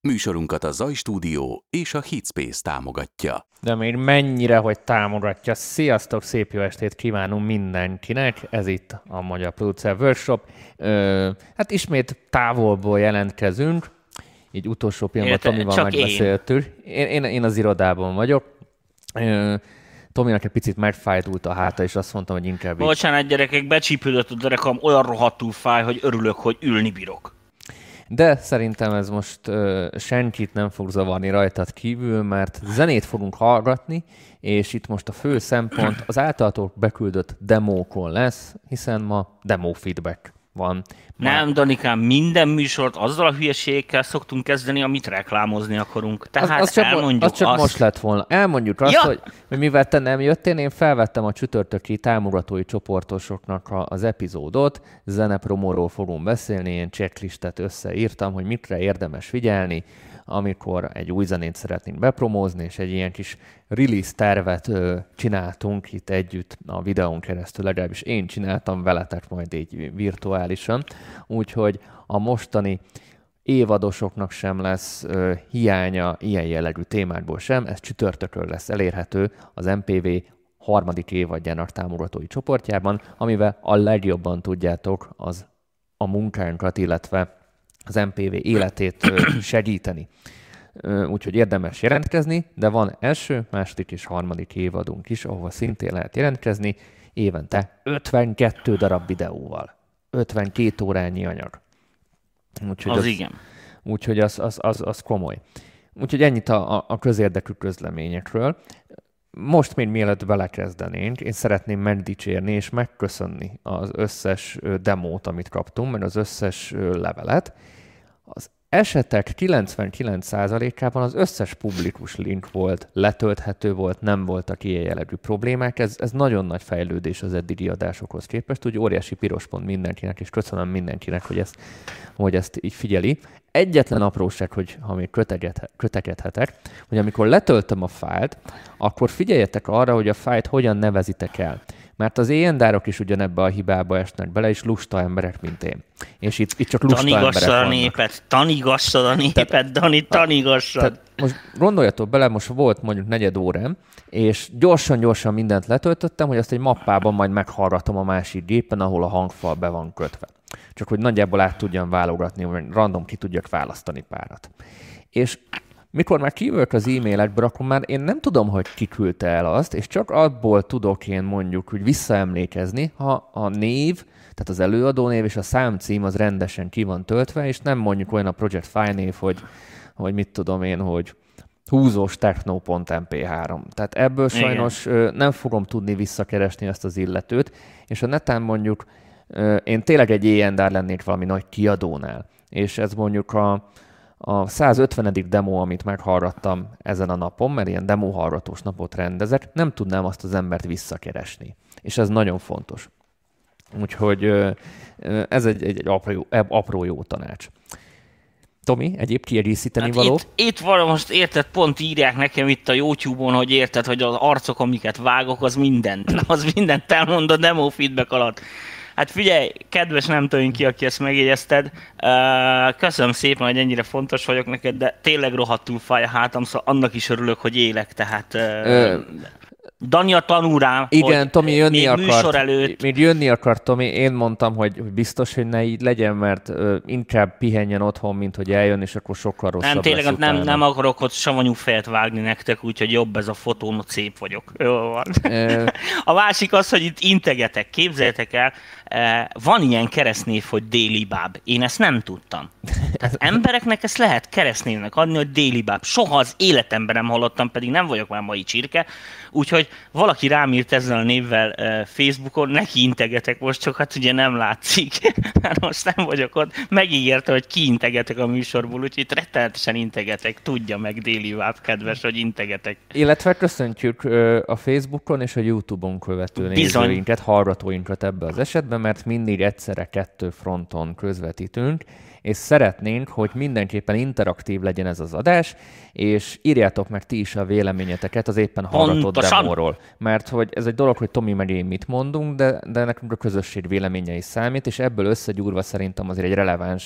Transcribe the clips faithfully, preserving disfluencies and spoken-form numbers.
Műsorunkat a Zaj Stúdió és a Hitspace támogatja. De még mennyire, hogy támogatja. Sziasztok, szép jó estét kívánunk mindenkinek. Ez itt a Magyar Producer Workshop. Ö, hát ismét távolból jelentkezünk. Így utolsó pillanatban Tomival megbeszéltük. Én. Én, én az irodában vagyok. Ö, Tominak egy picit megfájdult a háta, és azt mondtam, hogy inkább... Bocsánat, gyerekek, becsípődött a derekam, olyan rohadtul fáj, hogy örülök, hogy ülni bírok. De szerintem ez most uh, senkit nem fog zavarni rajtad kívül, mert zenét fogunk hallgatni, és itt most a fő szempont az általatok beküldött demókon lesz, hiszen ma demo feedback van. Már... Nem, Danikám, minden műsort azzal a hülyeségekkel szoktunk kezdeni, amit reklámozni akarunk. Tehát az, az csak, elmondjuk az csak azt... most lett volna. Elmondjuk azt, ja! hogy, hogy mivel te nem jöttél, én felvettem a csütörtöki támogatói csoportosoknak a, az epizódot, zenepromóról fogunk beszélni, én checklistet összeírtam, hogy mikre érdemes figyelni, amikor egy új zenét szeretnénk bepromózni, és egy ilyen kis release tervet ö, csináltunk itt együtt a videón keresztül, legalábbis én csináltam veletek majd így virtuálisan, úgyhogy a mostani évadosoknak sem lesz ö, hiánya ilyen jellegű témákból sem, ez csütörtökön lesz elérhető az em pé vé harmadik évadjának támogatói csoportjában, amivel a legjobban tudjátok az a munkánkat, illetve az em pé vé életét segíteni. Úgyhogy érdemes jelentkezni, de van első, második és harmadik évadunk is, ahol szintén lehet jelentkezni, évente ötvenkettő darab videóval. ötvenkét órányi anyag. Úgyhogy az, az igen. Úgyhogy az, az, az, az komoly. Úgyhogy ennyit a, a közérdekű közleményekről. Most még mielőtt belekezdenénk, én szeretném megdicsérni és megköszönni az összes demót, amit kaptunk, meg az összes levelet. Az esetek kilencvenkilenc százalékában az összes publikus link volt, letölthető volt, nem voltak ilyen jellegű problémák. Ez, ez nagyon nagy fejlődés az eddigi adásokhoz képest, úgy óriási piros pont mindenkinek, és köszönöm mindenkinek, hogy ezt, hogy ezt így figyeli. Egyetlen apróság, hogy ha még kötekedhetek, hogy amikor letöltöm a fájlt, akkor figyeljetek arra, hogy a fájlt hogyan nevezitek el. Mert az éjendárok is ugyanebbe a hibába esnek bele, és lusta emberek, mint én. És itt, itt csak lusta emberek vannak. Tanigassad a népet, tanigassad a népet, tehát, Dani, tanigassad. Tehát most gondoljatok bele, most volt mondjuk negyed órám, és gyorsan-gyorsan mindent letöltöttem, hogy azt egy mappában majd meghallgatom a másik gépen, ahol a hangfal be van kötve. Csak hogy nagyjából át tudjam válogatni, hogy random ki tudjak választani párat. És mikor már kijövök az e-mailekből, akkor már én nem tudom, hogy ki küldte el azt, és csak abból tudok én mondjuk hogy visszaemlékezni, ha a név, tehát az előadó név és a számcím az rendesen ki van töltve, és nem mondjuk olyan a project file név, hogy, hogy mit tudom én, hogy húzós techno pont em pé három. Tehát ebből sajnos igen, nem fogom tudni visszakeresni ezt az illetőt, és a netán mondjuk én tényleg egy éjendár lennék valami nagy kiadónál, és ez mondjuk a, a százötvenedik demo, amit meghallgattam ezen a napon, mert ilyen demohallgatós napot rendezek, nem tudnám azt az embert visszakeresni. És ez nagyon fontos. Úgyhogy ez egy, egy, egy apró, apró jó tanács. Tomi, egyéb kiegészíteni hát való? Itt, itt van, most érted, pont írják nekem itt a YouTube-on, hogy érted, hogy az arcok, amiket vágok, az mindent. Az mindent elmond a demo feedback alatt. Hát figyelj, kedves nem tudom ki, aki ezt megjegyezted, köszönöm szépen, hogy ennyire fontos vagyok neked, de tényleg rohadtul fáj a hátam, szóval annak is örülök, hogy élek, tehát... Ö... Dani a tanul rám, igen, hogy Tomi jönni még akart, műsor előtt... Még jönni akart, Tomi, én mondtam, hogy biztos, hogy ne így legyen, mert ö, inkább pihenjen otthon, mint hogy eljön, és akkor sokkal rosszabb Nem, tényleg lesz nem, utána. nem akarok ott savanyú fejet vágni nektek, úgyhogy jobb ez a fotón, ott szép vagyok. Jó van. Ö... A másik az, hogy itt integetek, képzeljétek el, van ilyen keresztnév, hogy Déli Báb. Én ezt nem tudtam. Tehát embereknek ezt lehet keresztnévnek adni, hogy Déli Báb. Soha az életemben nem hallottam, pedig nem vagyok már mai csirke. Úgyhogy valaki rám írt ezzel a névvel Facebookon, neki integetek most, csak hát ugye nem látszik. Mert most nem vagyok ott. Megígérte, hogy kiintegetek a műsorból, úgyhogy rettenetesen integetek. Tudja meg Déli Báb, kedves, hogy integetek. Illetve köszöntjük a Facebookon és a YouTube-on követő nézőinket, hallgatóinkat ebbe az esetben, mert mindig egyszerre kettő fronton közvetítünk, és szeretnénk, hogy mindenképpen interaktív legyen ez az adás, és írjátok meg ti is a véleményeteket az éppen hallgatott demóról. Mert hogy ez egy dolog, hogy Tomi meg én mit mondunk, de, de nekünk a közösség véleménye is számít, és ebből összegyúrva szerintem azért egy releváns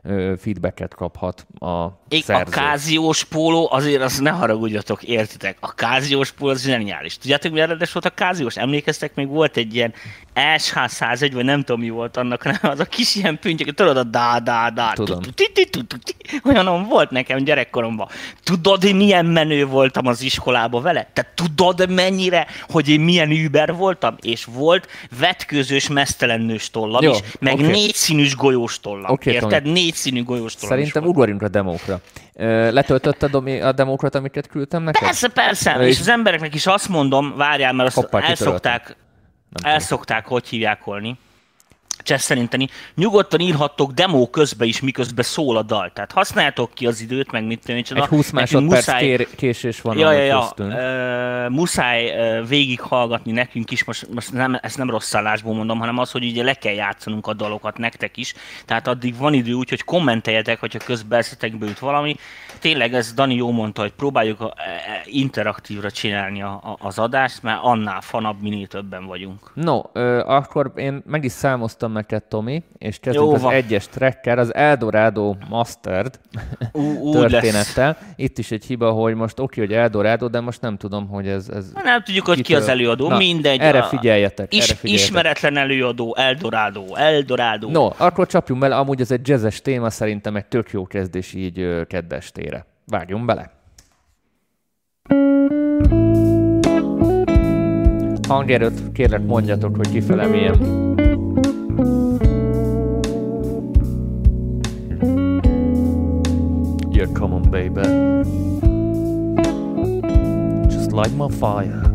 feedbacket kaphat a Ég, szerző. A káziós póló, azért az ne haragudjatok, értitek, a káziós póló az zseniális. Tudjátok, mi eredes volt a káziós? Emlékeztek, még volt egy ilyen es há százegy, vagy nem tudom, mi volt annak, hanem az a kis ilyen püntyök, tudod, a dá-dá-dá. Tudom. Olyanom volt nekem gyerekkoromban. Tudod, én milyen menő voltam az iskolába vele? Te tudod mennyire, hogy én milyen über voltam? És volt vetkőzős mesztelennős tollam Jó, is, meg oké. négyszínűs golyós tollam. Oké, Érted? Tomi. Négyszínű golyós tollam. Szerintem ugorjunk a demókra. Ö, Letöltötted a demókat, amiket küldtem neked? Persze, persze, Ö, és az embereknek is azt mondom, várjál, mert azt Hoppá, elszokták, elszokták, hogy hívják holni, csesztelinteni. Nyugodtan írhattok demo közben is, miközben szól a dal. Tehát használjátok ki az időt, meg mit tudom, Egy húsz másodperc muszáj... késés van ja, a ja, ja, köztünk. uh, muszáj uh, végighallgatni nekünk is, most, most nem, ezt nem rossz szállásból mondom, hanem az, hogy ugye le kell játszanunk a dalokat nektek is. Tehát addig van idő úgy, hogy kommenteljetek, hogyha közben eszetekbe jut valami. Tényleg ez Dani jó mondta, hogy próbáljuk a, a, interaktívra csinálni a, a, az adást, mert annál fanabb, minél többen vagyunk. No, ö, akkor én meg is számoztam neked, Tomi, és kezdünk Jó az van. egyes tracker, az Eldorado Mastered Ú, történettel. Itt is egy hiba, hogy most oké, hogy Eldorado, de most nem tudom, hogy ez... ez Nem tudjuk, hogy ki az előadó, Na, mindegy. Erre a- figyeljetek, Is, erre figyeljetek. ismeretlen előadó, Eldorado, Eldorado. No, akkor csapjunk bele, amúgy ez egy jazzes téma, szerintem egy tök jó kezdés így ö, keddestére. Vágjunk bele! Hangerőt kérlek mondjatok, hogy kifele milyen. Yeah, come on, baby. Just light my fire.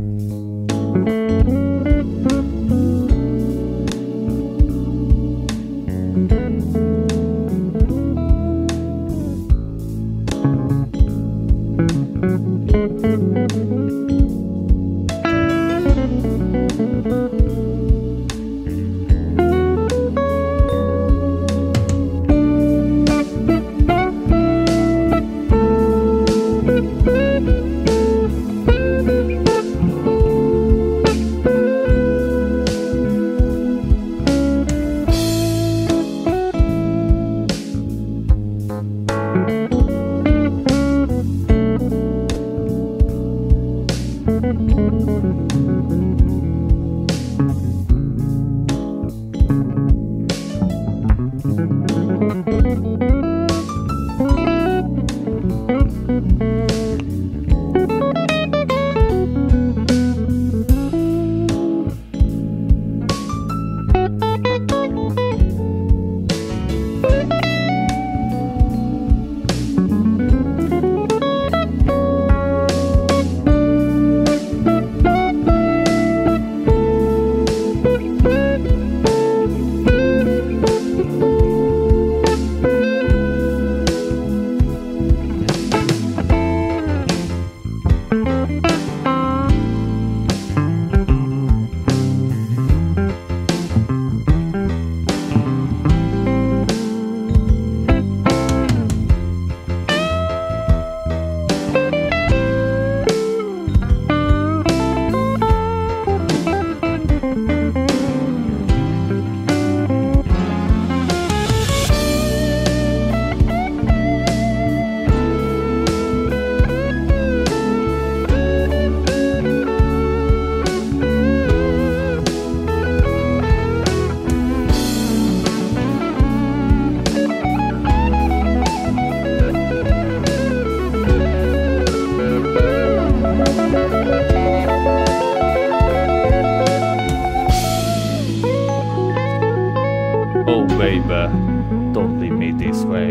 Oh baby, don't leave me this way.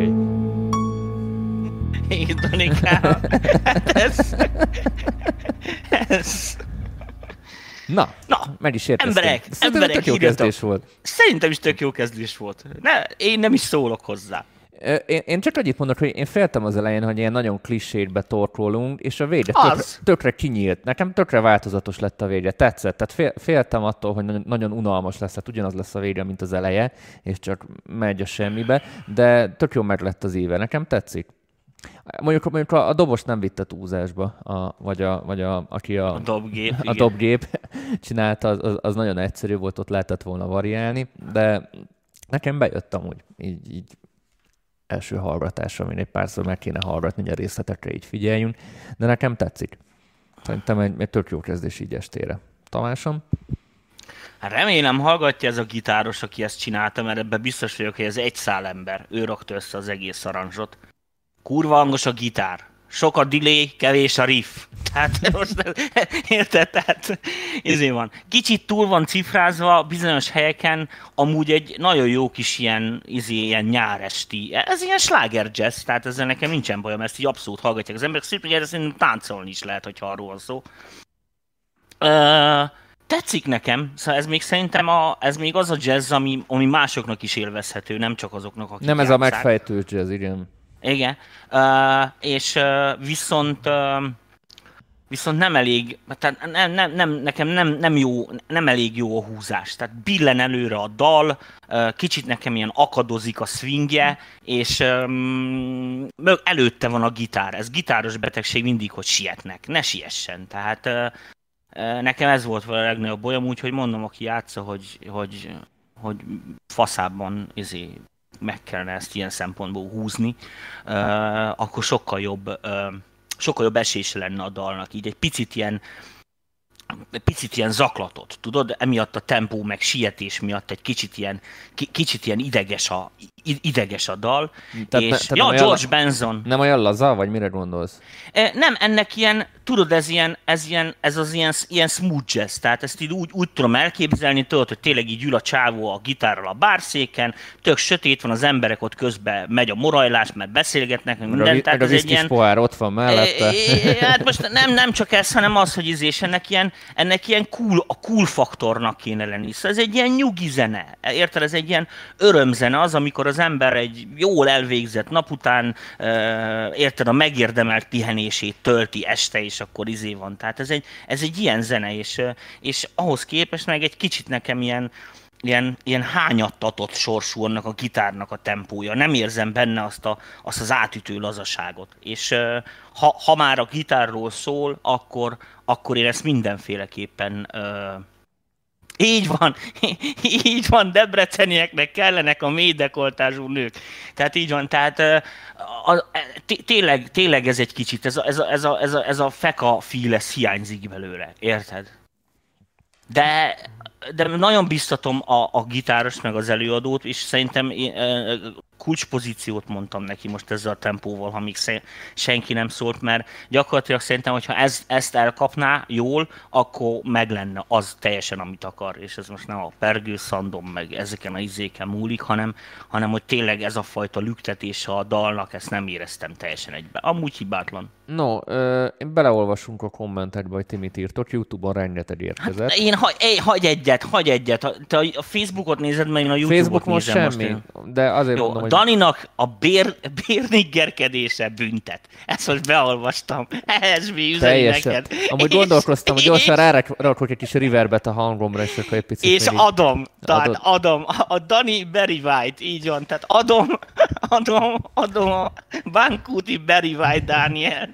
Én Danikám, hát ez... ez... Na, Na, meg is érkeztünk. emberek, Szerintem emberek, tök jó írjatok. kezdés volt. Szerintem is tök jó kezdés volt. Ne, én nem is szólok hozzá. Ö, Én, én csak annyit mondok, hogy én féltem az elején, hogy ilyen nagyon klisétbe torkolunk, és a vége tökre, Az. tökre kinyílt. Nekem tökre változatos lett a vége. Tetszett. Tehát fél, féltem attól, hogy nagyon, nagyon unalmas lesz, tehát ugyanaz lesz a vége, mint az eleje, és csak megy a semmibe, de tök jó meg lett az íve. Nekem tetszik. Mondjuk, mondjuk a, a dobos nem vitte túlzásba, a, vagy, a, vagy a, aki a, A dobgép, a igen. dobgép csinálta, az, az, az nagyon egyszerű volt, ott lehetett volna variálni, de nekem bejött amúgy. Így, így első hallgatásra, amin egy párszor meg kéne hallgatni, hogy a részletekre így figyeljünk, de nekem tetszik. Szerintem egy, egy tök jó kezdés így estére. Tamásom? Hát remélem hallgatja ez a gitáros, aki ezt csinálta, mert ebben biztos vagyok, hogy ez egy szál ember. Ő rakta össze az egész aranzsot. Kurva hangos a gitár. Sok a delay, kevés a riff. Tehát most érted? Tehát ezért van. Kicsit túl van cifrázva bizonyos helyeken, amúgy egy nagyon jó kis ilyen, izé, ilyen nyáresti. Ez ilyen sláger jazz, tehát ezzel nekem nincsen bajom, ezt így abszolút hallgatják az emberek. Szép, hogy erre szerintem táncolni is lehet, hogyha arról van szó. Uh, tetszik nekem, szóval ez még szerintem a, ez még az a jazz, ami, ami másoknak is élvezhető, nem csak azoknak, akik Nem ez játszák. a megfejtő jazz, igen. Igen, uh, és uh, viszont, uh, viszont nem elég, tehát nem, nem, nem, nekem nem, nem, jó, nem elég jó a húzás, tehát billen előre a dal, uh, kicsit nekem ilyen akadozik a swingje, és um, előtte van a gitár, ez gitáros betegség mindig, hogy sietnek, ne siessen, tehát uh, uh, nekem ez volt a legnagyobb bajom, úgyhogy mondom, aki játsza, hogy, hogy, hogy faszában izé, meg kellene ezt ilyen szempontból húzni, uh, akkor sokkal jobb, uh, sokkal jobb esése lenne a dalnak. Így egy picit ilyen, picit ilyen zaklatot, tudod? Emiatt a tempó meg sietés miatt egy kicsit ilyen, ki, kicsit ilyen ideges a, ideges a dal. Tehát és, ne, ja, George laza, Benson. Nem olyan laza, vagy mire gondolsz? E, nem, ennek ilyen, tudod, ez ilyen, ez ilyen, ez az ilyen, ilyen smooth jazz, tehát ezt így úgy, úgy tudom elképzelni, tudod, hogy tényleg így ül a csávó a gitárral a bárszéken, tök sötét van, az emberek ott közben megy a morajlás, mert beszélgetnek, meg minden. Tehát ez egy ilyen pohár ott van mellette. E, hát most nem, nem csak ez, hanem az, hogy izés, ennek ilyen, ennek ilyen cool, a cool faktornak kéne lenni. Szóval ez egy ilyen nyugi zene, érted? Ez egy ilyen örömzene az, amikor az ember egy jól elvégzett nap után, érted, a megérdemelt pihenését tölti este, és akkor izé van. Tehát ez egy, ez egy ilyen zene, és, és ahhoz képest meg egy kicsit nekem ilyen, ilyen, ilyen hányattatott sorsú annak a gitárnak a tempója. Nem érzem benne azt, a, azt az átütő lazaságot. És ha, ha már a gitárról szól, akkor, akkor én ezt mindenféleképpen... Így van, így van, debrecenieknek kellenek a mély dekoltázsú nők. Tehát így van, tehát a, a, tényleg, tényleg ez egy kicsit, ez a, ez a, ez a, ez a, ez a feka fíles hiányzik belőle, érted? De, de nagyon biztatom a, a gitárost meg az előadót, és szerintem én, kulcspozíciót mondtam neki most ezzel a tempóval, ha még senki nem szólt, mert gyakorlatilag szerintem, hogyha ez, ezt elkapná jól, akkor meg lenne az teljesen, amit akar, és ez most nem a pergőszandon, meg ezeken a izéken múlik, hanem, hanem hogy tényleg ez a fajta lüktetése a dalnak, ezt nem éreztem teljesen egybe. Amúgy hibátlan. No, ö, beleolvasunk a kommentekbe, hogy ti mit írtok, YouTube-on rengeteg érkezett. Hát én hagy, hagy egyet, hagy egyet. Te a Facebookot nézed, meg én a YouTube-ot Facebook most nézem semmi, most. de azért Jó, mondom, hogy... Daninak a bér, bérniggerkedése büntet. Ezt most beolvastam. Ez mi üzeni neked. Amúgy gondolkoztam, hogy gyorsan rárakok egy kis reverbet a hangomra, és akkor egy picit... És adom, tehát adod. adom. A Dani Barry White, így van. Tehát adom, adom, adom a Bankúti Barry White Dánielt.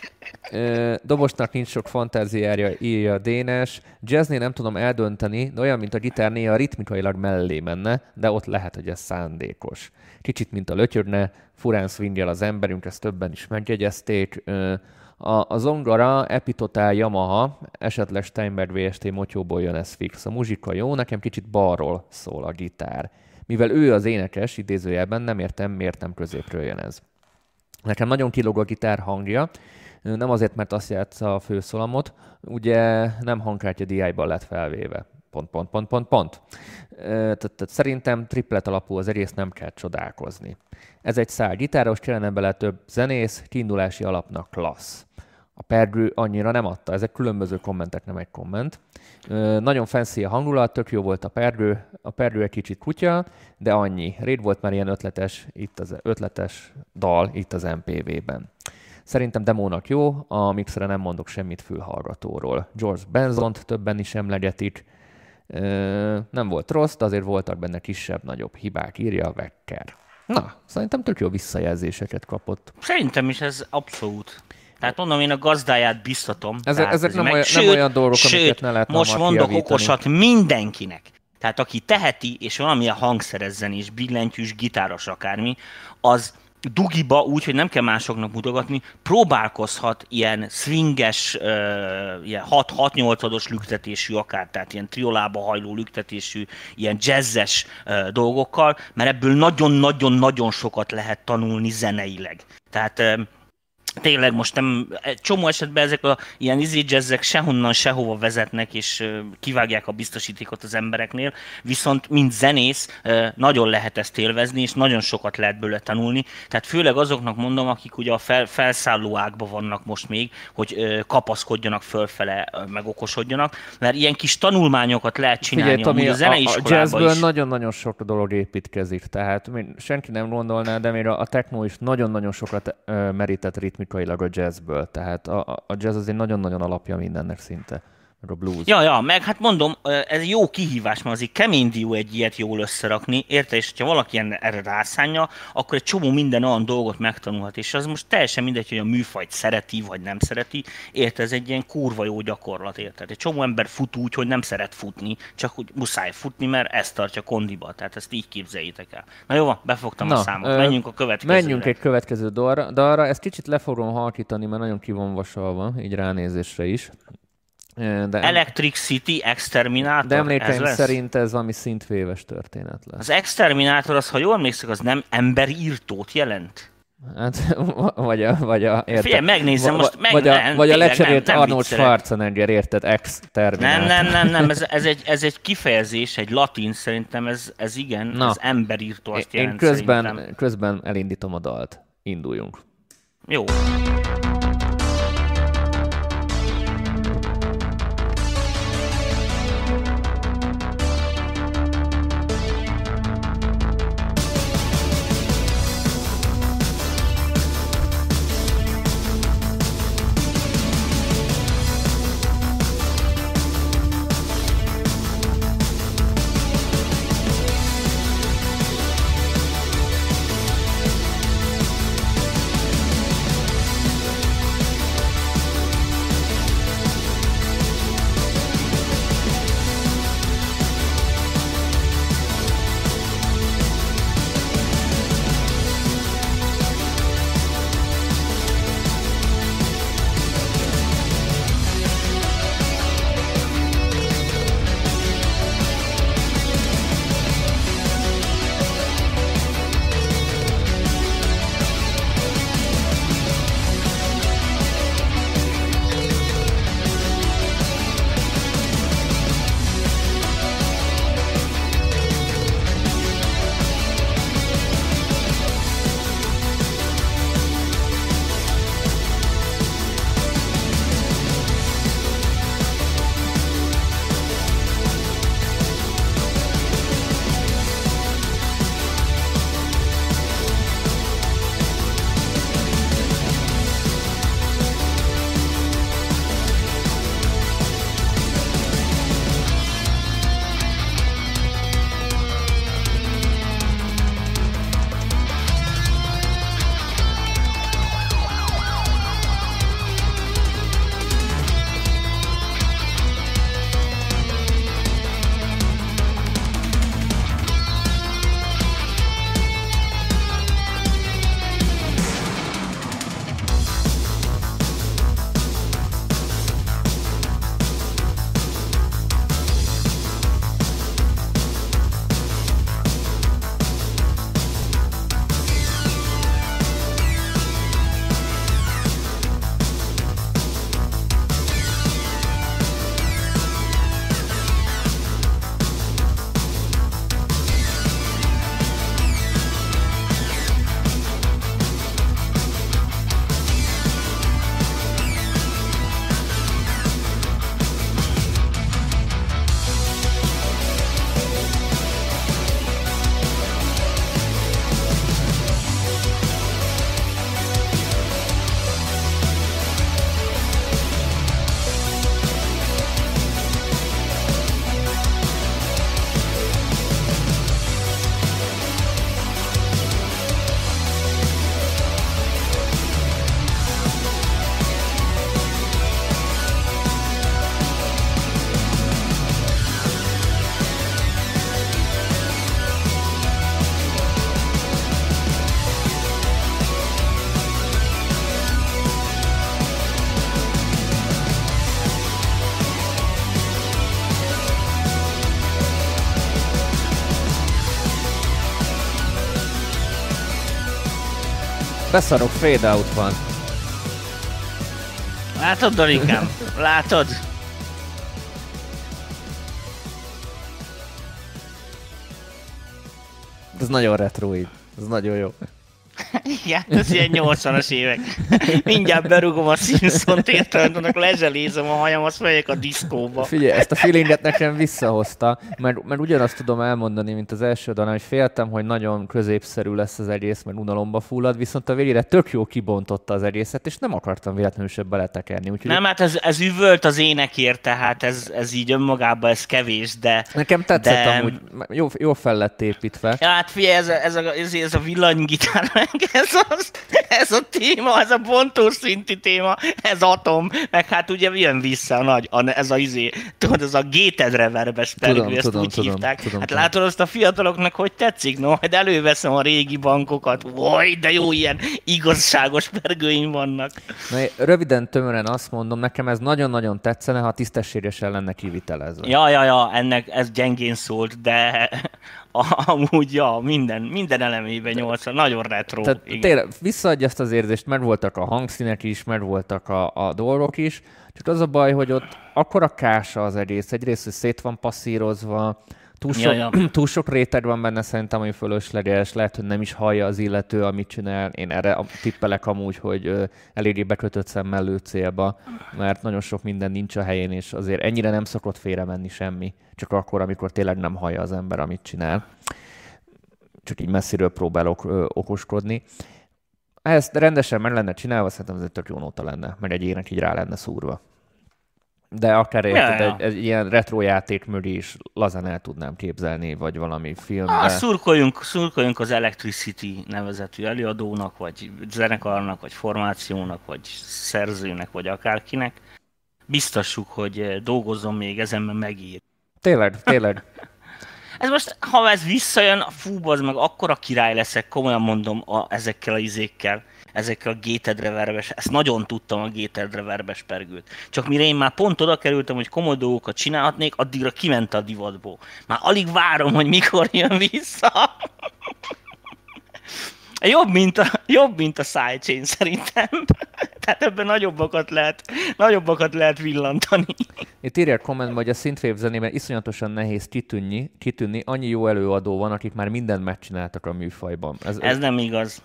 Dobosnak nincs sok fantáziája, írja Dénes. Jazznél nem tudom eldönteni, de olyan, mint a gitár néha ritmikailag mellé menne, de ott lehet, hogy ez szándékos. Kicsit, mint a lötyögne, furán swingjel az emberünk, ezt többen is megjegyezték. A, a zongora Epitotal Yamaha, esetleg Steinberg vé es té motyóból jön, ez fix. A muzsika jó, nekem kicsit balról szól a gitár. Mivel ő az énekes, idézőjelben, nem értem, miért nem középről jön ez. Nekem nagyon kilóg a gitár hangja, nem azért, mert azt játsza a főszolamot, ugye nem hangkártya dé í-ban lett felvéve. Pont, pont, pont, pont, pont. Tehát szerintem triplet alapú az egész, nem kell csodálkozni. Ez egy szál gitáros, kellene bele több zenész, kiindulási alapnak klassz. A Perdő annyira nem adta, ezek különböző kommentek, nem egy komment. Nagyon fancy a hangulat, tök jó volt a Perdő, a Perdő egy kicsit kutya, de annyi. Rég volt már ilyen ötletes, itt az ötletes dal itt az em pé vé-ben. Szerintem demónak jó, a mixre nem mondok semmit fülhallgatóról. George Benzont többen is emlegetik. Nem volt rossz, de azért voltak benne kisebb-nagyobb hibák, írja a Wecker. Na, szerintem tök jó visszajelzéseket kapott. Szerintem is ez abszolút. Tehát mondom, én a gazdáját biztatom. Ezek, ezek nem, meg, olyan, sőt, nem olyan dolgok, sőt, amiket ne lehetne most mondok kijavítani. okosat mindenkinek. Tehát aki teheti, és valamilyen hangszerezzen is, billentyűs, gitáros akármi, az dugiba úgy, hogy nem kell másoknak mutogatni, próbálkozhat ilyen swinges, uh, ilyen hat-nyolcados lüktetésű akár, tehát ilyen triolába hajló lüktetésű, ilyen jazzes uh, dolgokkal, mert ebből nagyon-nagyon-nagyon sokat lehet tanulni zeneileg. Tehát uh, tényleg most nem, egy csomó esetben ezek a ilyen easy jazzek sehonnan sehova vezetnek, és kivágják a biztosítékot az embereknél, viszont mint zenész nagyon lehet ezt élvezni, és nagyon sokat lehet belőle tanulni. Tehát főleg azoknak mondom, akik ugye a fel, felszálló ágban vannak most még, hogy kapaszkodjanak fölfele, meg okosodjanak, mert ilyen kis tanulmányokat lehet csinálni. Figyelj, Tomi, a zeneiskolában a jazzből is. nagyon-nagyon sok dolog építkezik, tehát senki nem gondolná, de még a techno is nagyon-nagyon sokat merített ritmikailag a jazzből, tehát a, a jazz azért nagyon-nagyon alapja mindennek szinte, meg a blues. Ja, ja, meg hát mondom, ez jó kihívás, mert azért kemény dió egy ilyet jól összerakni, érted? És ha valaki erre rászánja, akkor egy csomó minden olyan dolgot megtanulhat, és az most teljesen mindegy, hogy a műfajt szereti, vagy nem szereti, érted? Ez egy ilyen kurva jó gyakorlat, érted? Egy csomó ember fut úgy, hogy nem szeret futni, csak úgy muszáj futni, mert ezt tartja kondiba, tehát ezt így képzeljétek el. Na jó, befogtam Na, a számot, menjünk a következőre. Menjünk egy következő dalra, dalra, ezt kicsit le fogom halkítani, mert nagyon ki van vasalva, így ránézésre is. De Electric City Exterminator. De emlékeim szerint ez valami szintvéves történet lesz. Az Exterminator, az, ha jól emlékszek, az nem emberírtót jelent? Hát, vagy a... Vagy a érted, Figyelj, megnézem most. Meg, vagy a, nem, vagy a tényleg, lecserélt nem, nem Arnold viccelek. Schwarzenegger, érted? Exterminator. Nem, nem, nem, nem, ez, ez, egy, ez egy kifejezés, egy latin, szerintem ez, ez igen, Na, az emberírtó azt én jelent közben, szerintem. közben elindítom a dalt. Induljunk. Jó. Beszarok, fade out van. Látod, Dorikám? Látod? Ez nagyon retro így. Ez nagyon jó. Igen, ez ilyen nyolcvanas évek. Mindjárt berugom a Simpsont, érted, annak lezselézem a hajam, azt megyek a diszkóba. Figyelj, ezt a feelinget nekem visszahozta, mert, mert ugyanazt tudom elmondani, mint az első dalán, hogy féltem, hogy nagyon középszerű lesz az egész, mert unalomba fullad, viszont a végére tök jó kibontotta az egészet, és nem akartam véletlenül se beletekerni. Úgyhogy nem, hát ez, ez üvölt az énekért, tehát ez, ez így önmagában ez kevés, de... Nekem tetszett de... amúgy, jó, jó fel lett építve. Ja, hát figyelj, ez a, ez a, ez, ez a villanygitár, meg ez, az, ez a téma, ez a bontós szinti téma, ez atom, meg hát ugye jön vissza a nagy, a, ez a izé, tudod, ez a gated reverbes pergő, ezt tudom, úgy tudom, hívták. tudom, hát tudom. látod azt a fiataloknak, hogy tetszik? No, majd előveszem a régi bankokat, oj, de jó, ilyen igazságos pergőim vannak. Na, röviden, tömören azt mondom, nekem ez nagyon-nagyon tetszene, ha tisztességesen lenne kivitelezve. Ja, ja, ja, ennek ez gyengén szólt, de amúgy, ja, minden, minden elemében nyolcvan, nagyon retro. Tehát tényleg visszaadja ezt az érzést, mert voltak a hangszínek is, mert voltak a, a dolgok is, csak az a baj, hogy ott akkora kása az egész, egyrészt, hogy szét van passzírozva, túl sok, ja, ja. túl sok réteg van benne szerintem, ami fölösleges, lehet, hogy nem is hallja az illető, amit csinál. Én erre tippelek amúgy, hogy ö, eléggé bekötött szemmel lő célba, mert nagyon sok minden nincs a helyén, és azért ennyire nem szokott félre menni semmi, csak akkor, amikor tényleg nem hallja az ember, amit csinál. Csak így messziről próbálok ö, okoskodni. Ezt rendesen meg lenne csinálva, szerintem ez egy tök jó nóta lenne, mert egy ének így rá lenne szúrva. De akár ja, érted, ja. Egy, egy ilyen retro játék mögé is lazán el tudnám képzelni, vagy valami filmbe. Ah, szurkoljunk, szurkoljunk az Electricity nevezetű előadónak, vagy zenekarnak, vagy formációnak, vagy szerzőnek, vagy akárkinek. Biztassuk, hogy dolgozzon még ezen, mert megír. Tényleg, tényleg. Ez most, ha ez visszajön, fú, az meg akkora király leszek, komolyan mondom, a, ezekkel a izékkel, ezekkel a gated reverbes, ezt nagyon tudtam a gated reverbes pergőt. Csak mire én már pont oda kerültem, hogy komoly dolgokat csinálhatnék, addigra kiment a divatból. Már alig várom, hogy mikor jön vissza. Jobb, mint a, jobb, mint a sidechain szerintem. Tehát ebben nagyobbakat lehet, nagyobbakat lehet villantani. Itt írják kommentben, hogy a synthwave zenében iszonyatosan nehéz kitűnni, kitűnni, annyi jó előadó van, akik már mindent megcsináltak a műfajban. Ez, ez nem igaz.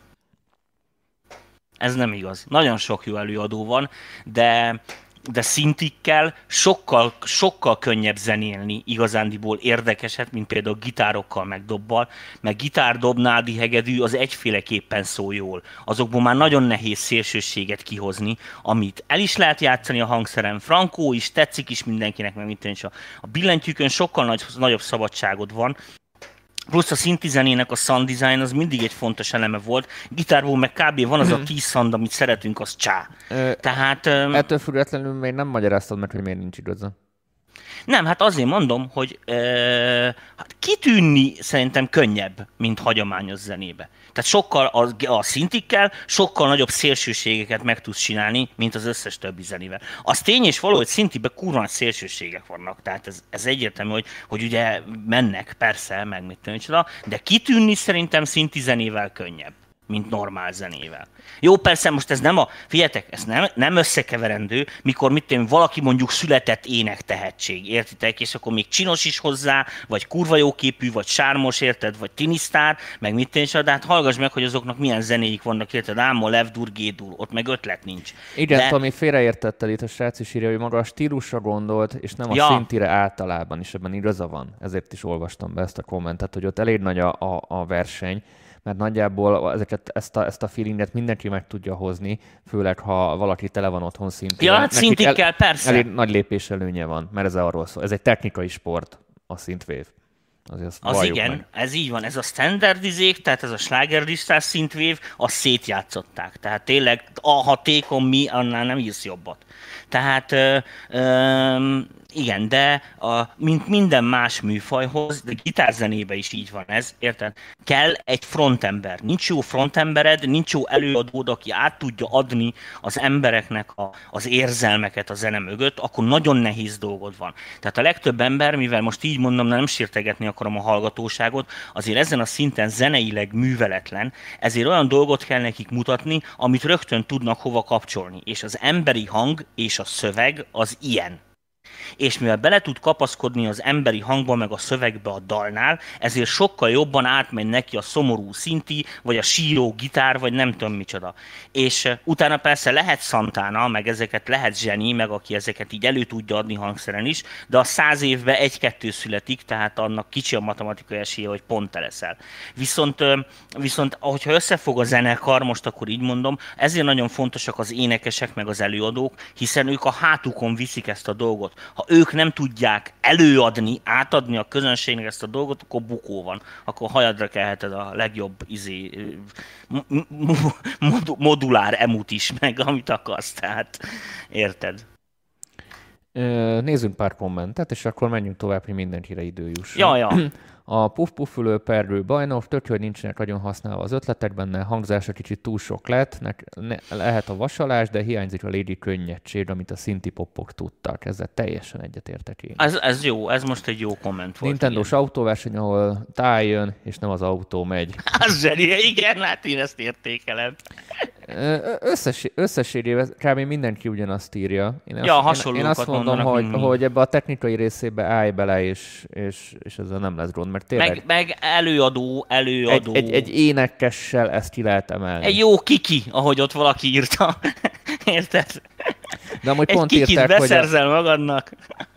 Ez nem igaz. Nagyon sok jó előadó van, de, de szintikkel sokkal, sokkal könnyebb zenélni igazándiból érdekeset, mint például gitárokkal, meg dobbal, meg gitár, dob, nádi, hegedű az egyféleképpen szól jól. Azokból már nagyon nehéz szélsőséget kihozni, amit el is lehet játszani a hangszeren. Frankó is, tetszik is mindenkinek, meg mint is a, a billentyűkön sokkal nagy, nagyobb szabadságod van. Plusz a szinti zenének a sound design az mindig egy fontos eleme volt. Gitárból meg kb. Van az a tíz sound, amit szeretünk, az csá. Ö, Tehát... Ettől függetlenül még nem magyaráztad meg, hogy miért nincs igaza. Nem, hát azért mondom, hogy ö, hát kitűnni szerintem könnyebb, mint hagyományos zenébe. Tehát sokkal a, a szintikkel sokkal nagyobb szélsőségeket meg tudsz csinálni, mint az összes többi zenével. Az tény és való, hogy szintiben kurva nagy szélsőségek vannak, tehát ez, ez egyértelmű, hogy, hogy ugye mennek, persze, meg mit tudom, de kitűnni szerintem szinti zenével könnyebb, mint normál zenével. Jó, persze most ez nem a, figyeljetek, ez nem, nem összekeverendő, mikor mit tudom, valaki mondjuk született énektehetség, értitek, és akkor még csinos is hozzá, vagy kurva jóképű, vagy sármos, érted, vagy tinisztár, meg mit tudom, de hát hallgass meg, hogy azoknak milyen zenéik vannak, érted, ámol, levdur, gédur, ott meg ötlet nincs. Igen, de... Tomi, félreértetted itt, a srác is írja, hogy maga a stílusra gondolt, és nem a ja. szintire általában, és ebben igaza van. Ezért is olvastam be ezt a kommentet, hogy ott elég nagy a, a, a verseny, mert nagyjából ezeket, ezt, a, ezt a feelinget mindenki meg tudja hozni, főleg ha valaki tele van otthon szintén. Ja, hát szintikkel, persze. Elég nagy lépés előnye van, mert ez arról szól. Ez egy technikai sport, a synthwave. Az igen, meg. Ez így van. Ez a standardizék, tehát ez a slágerlistás synthwave, azt szétjátszották. Tehát tényleg a hatékon mi, annál nem írsz jobbat. Tehát ö, ö, igen, de a, mint minden más műfajhoz, de gitárzenébe is így van ez, érted? Kell egy frontember. Nincs jó frontembered, nincs jó előadód, aki át tudja adni az embereknek a, az érzelmeket a zene mögött, akkor nagyon nehéz dolgod van. Tehát a legtöbb ember, mivel most így mondom, nem sértegetni akarom a hallgatóságot, azért ezen a szinten zeneileg műveletlen, ezért olyan dolgot kell nekik mutatni, amit rögtön tudnak hova kapcsolni. És az emberi hang és a szöveg az ilyen. És mivel bele tud kapaszkodni az emberi hangba meg a szövegbe a dalnál, ezért sokkal jobban átmegy neki a szomorú szinti, vagy a síró gitár, vagy nem tudom micsoda. És uh, utána persze lehet Santana, meg ezeket lehet zseni, meg aki ezeket így elő tudja adni hangszeren is, de a száz évben egy-kettő születik, tehát annak kicsi a matematikai esélye, hogy pont te leszel. Viszont, uh, viszont ahogyha összefog a zenekar, most akkor így mondom, ezért nagyon fontosak az énekesek, meg az előadók, hiszen ők a hátukon viszik ezt a dolgot. Ha ők nem tudják előadni, átadni a közönségnek ezt a dolgot, akkor bukó van. Akkor hajadra kelheted a legjobb izé, modulár emut is meg, amit akarsz. Tehát érted? Nézzünk pár kommentet, és akkor menjünk tovább, hogy mindenkire idő jusson. Ja, ja. A puff-puffülő perdő bajnok, tök, hogy nincsenek nagyon használva az ötletek benne, hangzása kicsit túl sok lett, ne, ne, lehet a vasalás, de hiányzik a légi könnyedség, amit a szinti-popok tudtak. Ezzel teljesen egyetértek én. Ez, ez jó, ez most egy jó komment volt. Nintendós autóverseny, ahol táj jön, és nem az autó megy. Az zseni, igen, hát én ezt értékelem. Összes, összességében kb. Mindenki ugyanazt írja. Én ja, azt, én, én azt mondom, hogy, hogy ebbe a technikai részébe állj bele, és, és, és ezzel nem lesz gond, mert tényleg... Meg, meg előadó, előadó. Egy, egy, egy énekessel ezt ki lehet emelni. Egy jó kiki, ahogy ott valaki írta. Érted? De amúgy egy pont kikit írták, beszerzel hogy a... magadnak.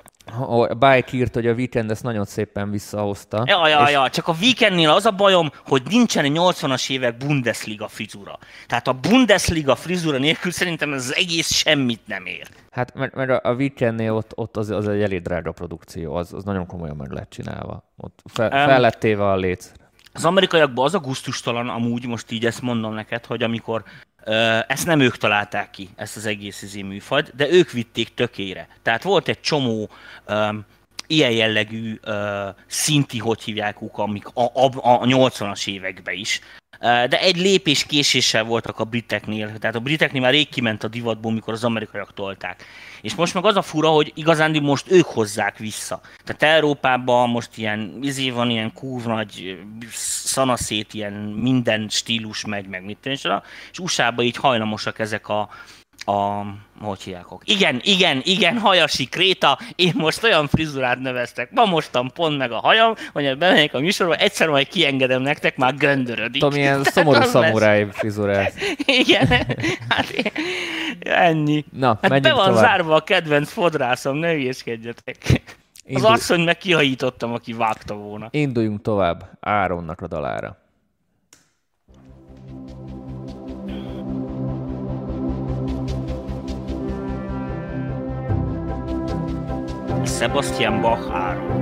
A Bike írt, hogy a Weekend ezt nagyon szépen visszahozta. Ja, ja, és... ja, csak a Weekendnél az a bajom, hogy nincsen egy nyolcvanas évek Bundesliga frizura. Tehát a Bundesliga frizura nélkül szerintem ez az egész semmit nem ér. Hát mert, mert a Weekendnél ott, ott az, az egy elég drága produkció, az, az nagyon komolyan meg lett csinálva. Ott fel, um, fel lett téve a léc. Az amerikaiakban az a gusztustalan amúgy, most így ezt mondom neked, hogy amikor Uh, ezt nem ők találták ki, ezt az egész izé műfajt, de ők vitték tökére. Tehát volt egy csomó um, ilyen jellegű uh, szinti, hogy hívják ők, amik a, a, a nyolcvanas években is. Uh, de egy lépés késéssel voltak a briteknél. Tehát a briteknél már rég kiment a divatból, mikor az amerikaiak tolták. És most meg az a fura, hogy igazán most ők hozzák vissza. Tehát Európában most ilyen, izé van ilyen kúv nagy szanaszét, ilyen minden stílus megy, meg mit tényleg, és u es á-ban így hajlamosak ezek a, a hogy hívják? Igen, igen, igen, hajasi kréta, én most olyan frizurát növeztek. Ma mostan pont meg a hajam, hogy bemegyek a műsorba, egyszer majd kiengedem nektek, már göndörödik. Tudom, ilyen szomorú szamuráj frizurát. Igen, hát ennyi. Na, hát be van tovább. Zárva a kedvenc fodrászom, ne hülyéskedjetek. Az Indul... asszony meg kihajítottam, aki vágta volna. Induljunk tovább Áronnak a dalára. Sebastian Bach Áron.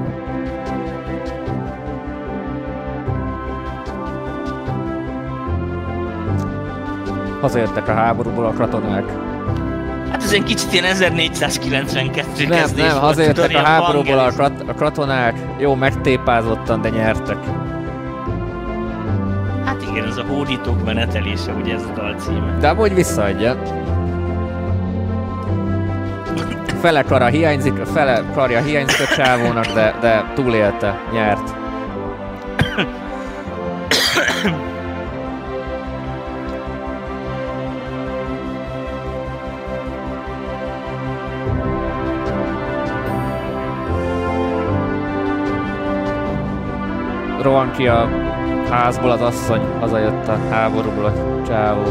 Hazajöttek a háborúból a katonák. Hát ez egy kicsit ilyen ezernégyszázkilencvenkettő nem, kezdés. Nem, hazajöttek a háborúból a, kat- a katonák. Jó, megtépázottan, de nyertek. Hát igen, ez a hódítók menetelése, ugye ez a dal címe. De amúgy visszaadja. Fele kara hiányzik, fele karja hiányzik a csávónak, de, de túlélte, nyert. Rohan ki a házból az asszony, hazajött a háborúból a csávó.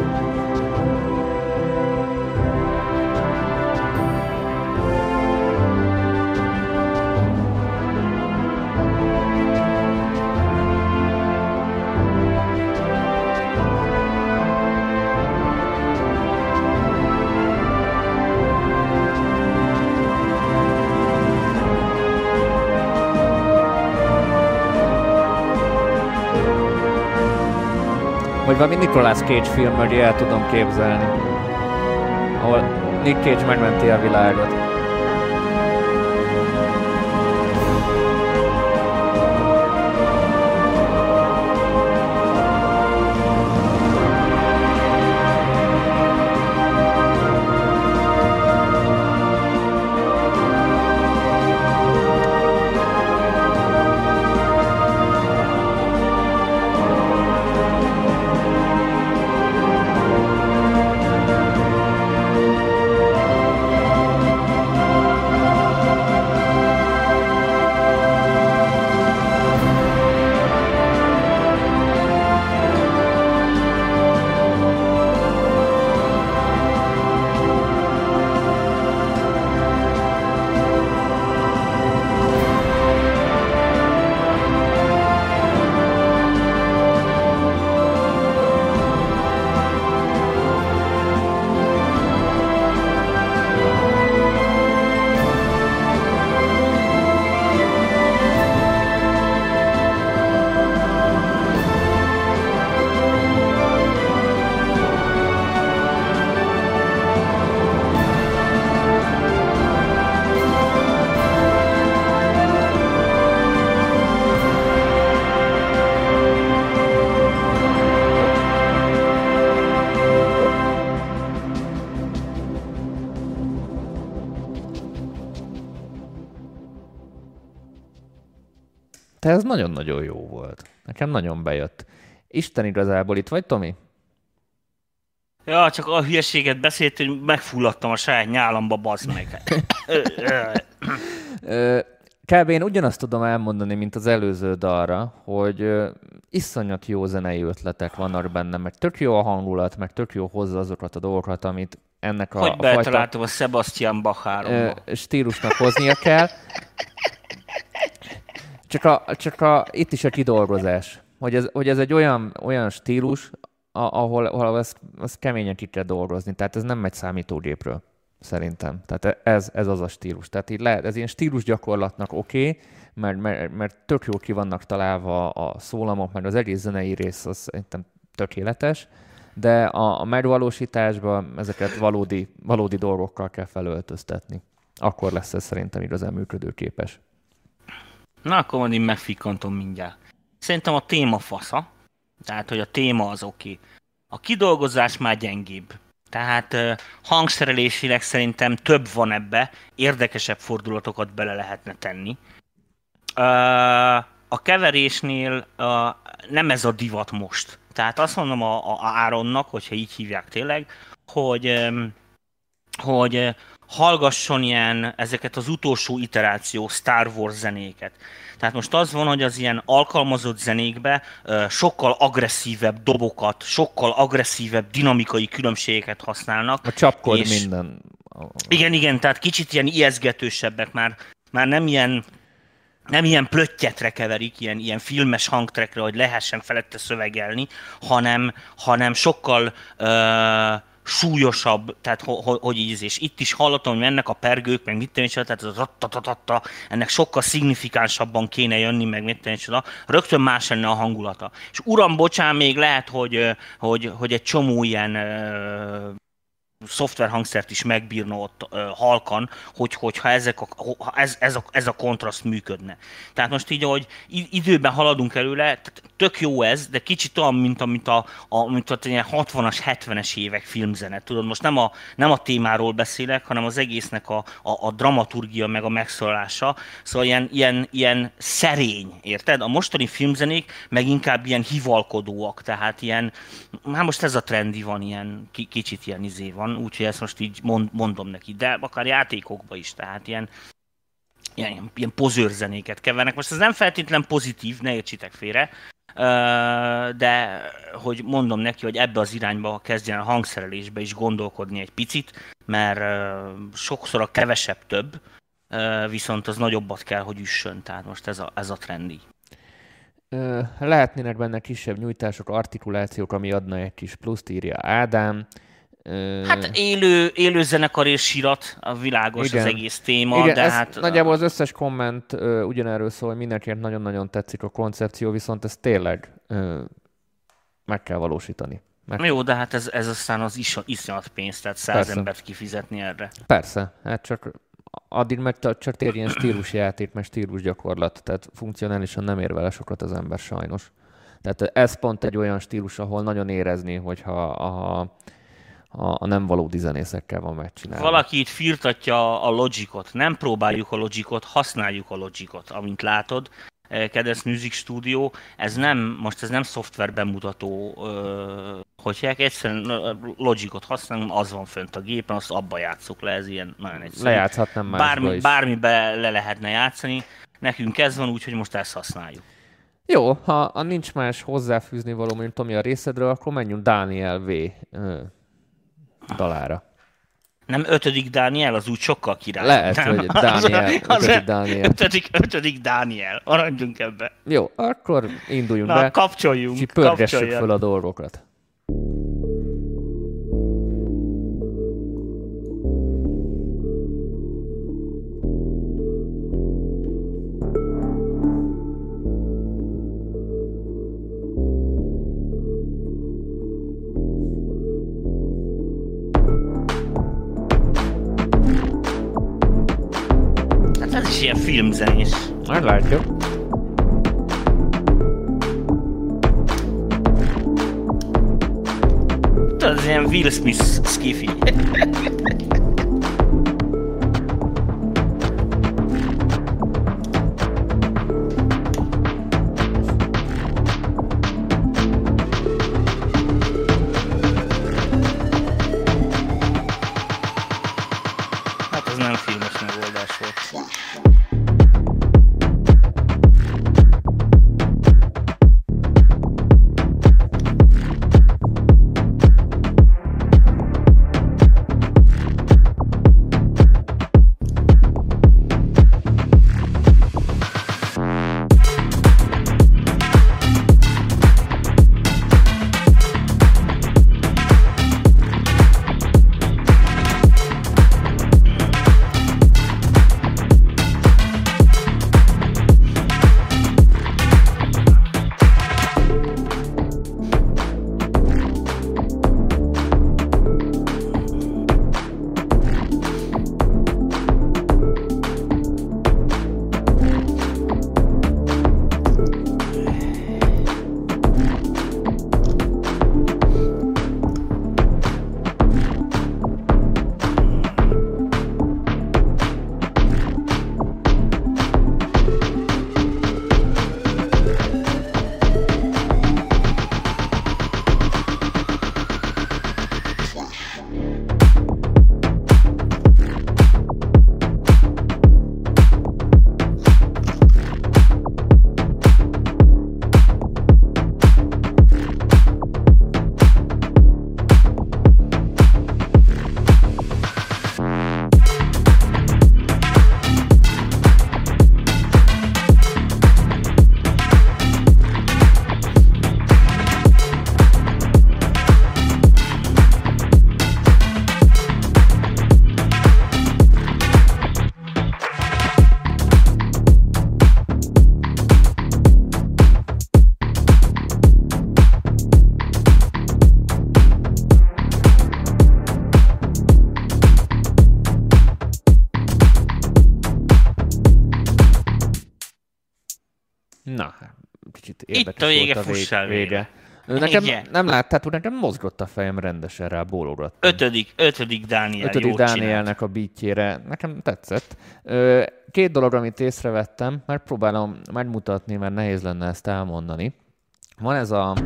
Vagy valami Nicolas Cage film, hogy el tudom képzelni. Ahol Nick Cage megmenti a világot. De ez nagyon-nagyon jó volt. Nekem nagyon bejött. Isten igazából itt vagy, Tomi? Ja, csak a hülyeséget beszélt, hogy megfulladtam a saját nyálamba, bazd meg. Kb. Én ugyanazt tudom elmondani, mint az előző dalra, hogy ö, iszonyat jó zenei ötletek vannak benne, meg tök jó a hangulat, meg tök jó hozza azokat a dolgokat, amit ennek a, hogy a fajta betaláltam a Sebastian Bach háromba. stílusnak hoznia kell. Csak, a, csak a, itt is a kidolgozás. Hogy ez, hogy ez egy olyan, olyan stílus, ahol, ahol ezt, ezt keményen ki kell dolgozni. Tehát ez nem megy számítógépről, szerintem. Tehát ez, ez az a stílus. Tehát így lehet, ez ilyen stílus gyakorlatnak oké, okay, mert, mert, mert tök jól ki vannak találva a szólamok, meg az egész zenei rész az szerintem tökéletes, de a, a megvalósításban ezeket valódi, valódi dolgokkal kell felöltöztetni. Akkor lesz ez szerintem igazán működőképes. Na, akkor majd én megfikkantom mindjárt. Szerintem a téma fasza, tehát, hogy a téma az oké. Okay. A kidolgozás már gyengébb. Tehát uh, hangszerelésileg szerintem több van ebbe, érdekesebb fordulatokat bele lehetne tenni. Uh, a keverésnél uh, nem ez a divat most. Tehát azt mondom a, a Áronnak, hogyha így hívják tényleg, hogy, um, hogy uh, hallgasson ilyen ezeket az utolsó iteráció Star Wars zenéket. Tehát most az van, hogy az ilyen alkalmazott zenékbe uh, sokkal agresszívebb dobokat, sokkal agresszívebb dinamikai különbségeket használnak. A csapkod és minden. Igen, igen, tehát kicsit ilyen ijesztgetősebbek, már, már nem ilyen nem ilyen plöttyetre keverik, ilyen, ilyen filmes hangtrekre, hogy lehessen felette szövegelni, hanem, hanem sokkal uh, súlyosabb, tehát ho, hogy így, és itt is hallottam, hogy mennek a pergők, meg mit tenni, tehát az rattatatata, ennek sokkal szignifikánsabban kéne jönni, meg mit tenni, rögtön más lenne a hangulata. És uram, bocsán, még lehet, hogy, hogy, hogy egy csomó ilyen uh, szoftverhangszert is megbírna ott uh, halkan, hogy, hogyha ezek a, ha ez, ez, a, ez a kontraszt működne. Tehát most így, ahogy időben haladunk előle, tök jó ez, de kicsit olyan, mint, mint a, a, mint a ilyen hatvanas, hetvenes évek filmzene. Tudod, most nem a, nem a témáról beszélek, hanem az egésznek a, a, a dramaturgia meg a megszólalása. Szóval ilyen, ilyen, ilyen szerény, érted? A mostani filmzenék meg inkább ilyen hivalkodóak, tehát ilyen, hát most ez a trendi van, ilyen kicsit ilyen izé van, úgyhogy ezt most így mond, mondom neki, de akár játékokba is, tehát ilyen, ilyen, ilyen pozőrzenéket kevernek. Most ez nem feltétlen pozitív, ne értsétek félre, de hogy mondom neki, hogy ebbe az irányba kezdjen a hangszerelésbe is gondolkodni egy picit, mert sokszor a kevesebb több, viszont az nagyobbat kell, hogy üssön, tehát most ez a, ez a trendi. Lehetnének benne kisebb nyújtások, artikulációk, ami adna egy kis pluszt, írja Ádám. Hát élő, élő zenekar és sírat, a világos igen. Az egész téma, igen, de hát... Nagyjából az összes komment uh, ugyanerről szól, hogy mindenkinek nagyon-nagyon tetszik a koncepció, viszont ez tényleg uh, meg kell valósítani. Meg... Jó, de hát ez, ez aztán az is, iszonyat pénz, tehát száz embert kifizetni erre. Persze, hát csak addig meg csak tér ilyen stílusjáték, meg stílusgyakorlat, tehát funkcionálisan nem ér vele sokat az ember sajnos. Tehát ez pont egy olyan stílus, ahol nagyon érezni, hogyha a A, a nem valódi zenészekkel van megcsinálva. Valaki itt firtatja a Logicot. Nem próbáljuk a Logicot, használjuk a Logicot. Amint látod, Cadence Music Studio, ez nem, most ez nem szoftver bemutató, hogy hívják, egyszerűen Logicot használunk, az van fönt a gépen, azt abba játsszuk le, ez ilyen nagyon egyszerű. Lejátszhatnám másba Bármi, is. Bármibe le lehetne játszani, nekünk ez van, úgyhogy most ezt használjuk. Jó, ha, ha nincs más hozzáfűzni való, mint Tomi a részedről, akkor menjünk Dániel V. dalára. Nem ötödik Dániel, az úgy sokkal király. Lehet, nem? hogy Dániel, az, ötödik Dániel. Ötödik, ötödik Dániel, maradjunk ebbe. Jó, akkor induljunk Na, be. kapcsoljunk, és pörgessük kapcsoljon. föl a dolgokat. Ez is ilyen filmzenés. Meglátjuk. Tudod, ez ilyen Will Smith skifi. Hát ez nem filmes megoldás volt. Na, kicsit érdekes itt a vége, volt a vég, fussál vége. Nekem Igen. nem láttátok, nekem mozgott a fejem rendesen rá, bólogattam. Ötödik, ötödik Dániel, Ötödik jót Dánielnek a beatjére. Nekem tetszett. Két dolog, amit észrevettem, mert próbálom megmutatni, mert nehéz lenne ezt elmondani. Van ez a...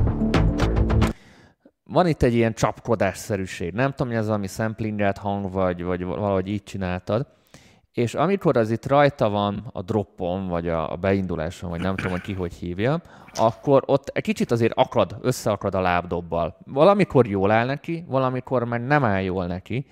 Van itt egy ilyen csapkodásszerűség. Nem tudom, hogy ez valami samplingelt hang, vagy, vagy valahogy így csináltad. És amikor az itt rajta van a droppon, vagy a, a beinduláson, vagy nem tudom, hogy ki hogy hívja, akkor ott egy kicsit azért akad, összeakad a lábdobbal. Valamikor jól áll neki, valamikor meg nem áll jól neki.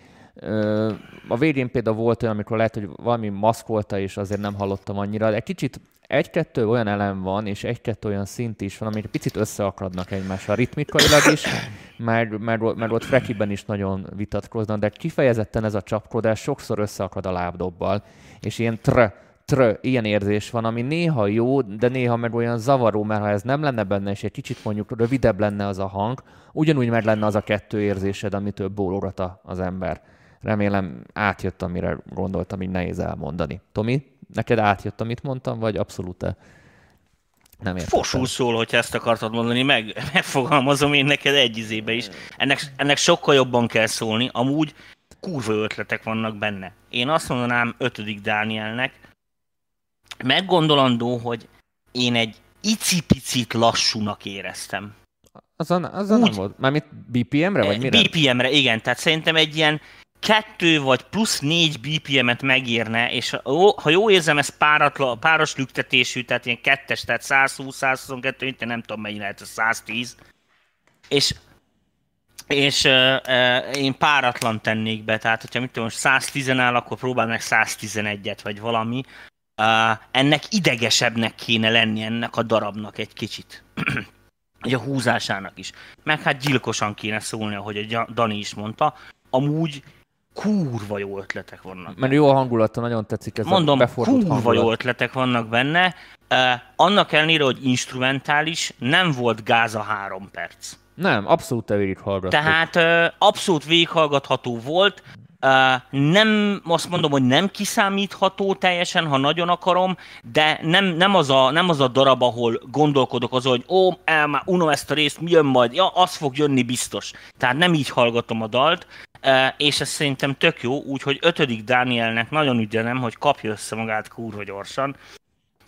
A végén például volt olyan, amikor lehet, hogy valami maszkolta, és azért nem hallottam annyira, de egy kicsit egy-kettő olyan elem van, és egy-kettő olyan szint is van, amik picit összeakadnak egymással ritmikailag is, mert, mert, mert ott frekiben is nagyon vitatkoznak, de kifejezetten ez a csapkodás sokszor összeakad a lábdobbal, és ilyen tr, tr, ilyen érzés van, ami néha jó, de néha meg olyan zavaró, mert ha ez nem lenne benne, és egy kicsit mondjuk rövidebb lenne az a hang, ugyanúgy meg lenne az a kettő érzésed, amitől bólogat az ember. Remélem átjött, amire gondoltam, így nehéz elmondani. Tomi, neked átjött, amit mondtam, vagy abszolút nem értettem? Fosul szól, hogyha ezt akartad mondani, meg, megfogalmazom én neked egy izébe is. Ennek, ennek sokkal jobban kell szólni, amúgy kurva ötletek vannak benne. Én azt mondanám ötödik Dánielnek, meggondolandó, hogy én egy icipicit lassúnak éreztem. Azon, azon nem volt. Mármint bé pé em-re, vagy mire? bé pé em-re, igen. Tehát szerintem egy ilyen kettő vagy plusz négy bé pé em-et megérne, és ha jó érzem, ez páratla, páros lüktetésű, tehát ilyen kettes, tehát száz húsz száz huszonkettő, én nem tudom mennyi lehet, ez száz tíz. És, és uh, uh, én páratlan tennék be, tehát hogyha mit tudom, most száz tíz áll, akkor próbál meg száz tizenegyet, vagy valami. Uh, ennek idegesebbnek kéne lenni ennek a darabnak egy kicsit. A húzásának is. Meg hát gyilkosan kéne szólni, ahogy a Dani is mondta. Amúgy kurva jó ötletek vannak. Mert jó a hangulata, nagyon tetszik ez Mondom, a befordult kurva hangulat. jó ötletek vannak benne. Uh, annak ellenére, hogy instrumentális, nem volt gáz a három perc. Nem, abszolút végighallgattuk. Tehát uh, abszolút végighallgatható volt. Uh, nem, azt mondom, hogy nem kiszámítható teljesen, ha nagyon akarom, de nem, nem, az, a, nem az a darab, ahol gondolkodok azon, hogy ó, el, már unom ezt a részt, mi jön majd, ja, az fog jönni biztos. Tehát nem így hallgatom a dalt, uh, és ez szerintem tök jó, úgyhogy ötödik Dánielnek nagyon ügyenem, hogy kapja össze magát kurva gyorsan,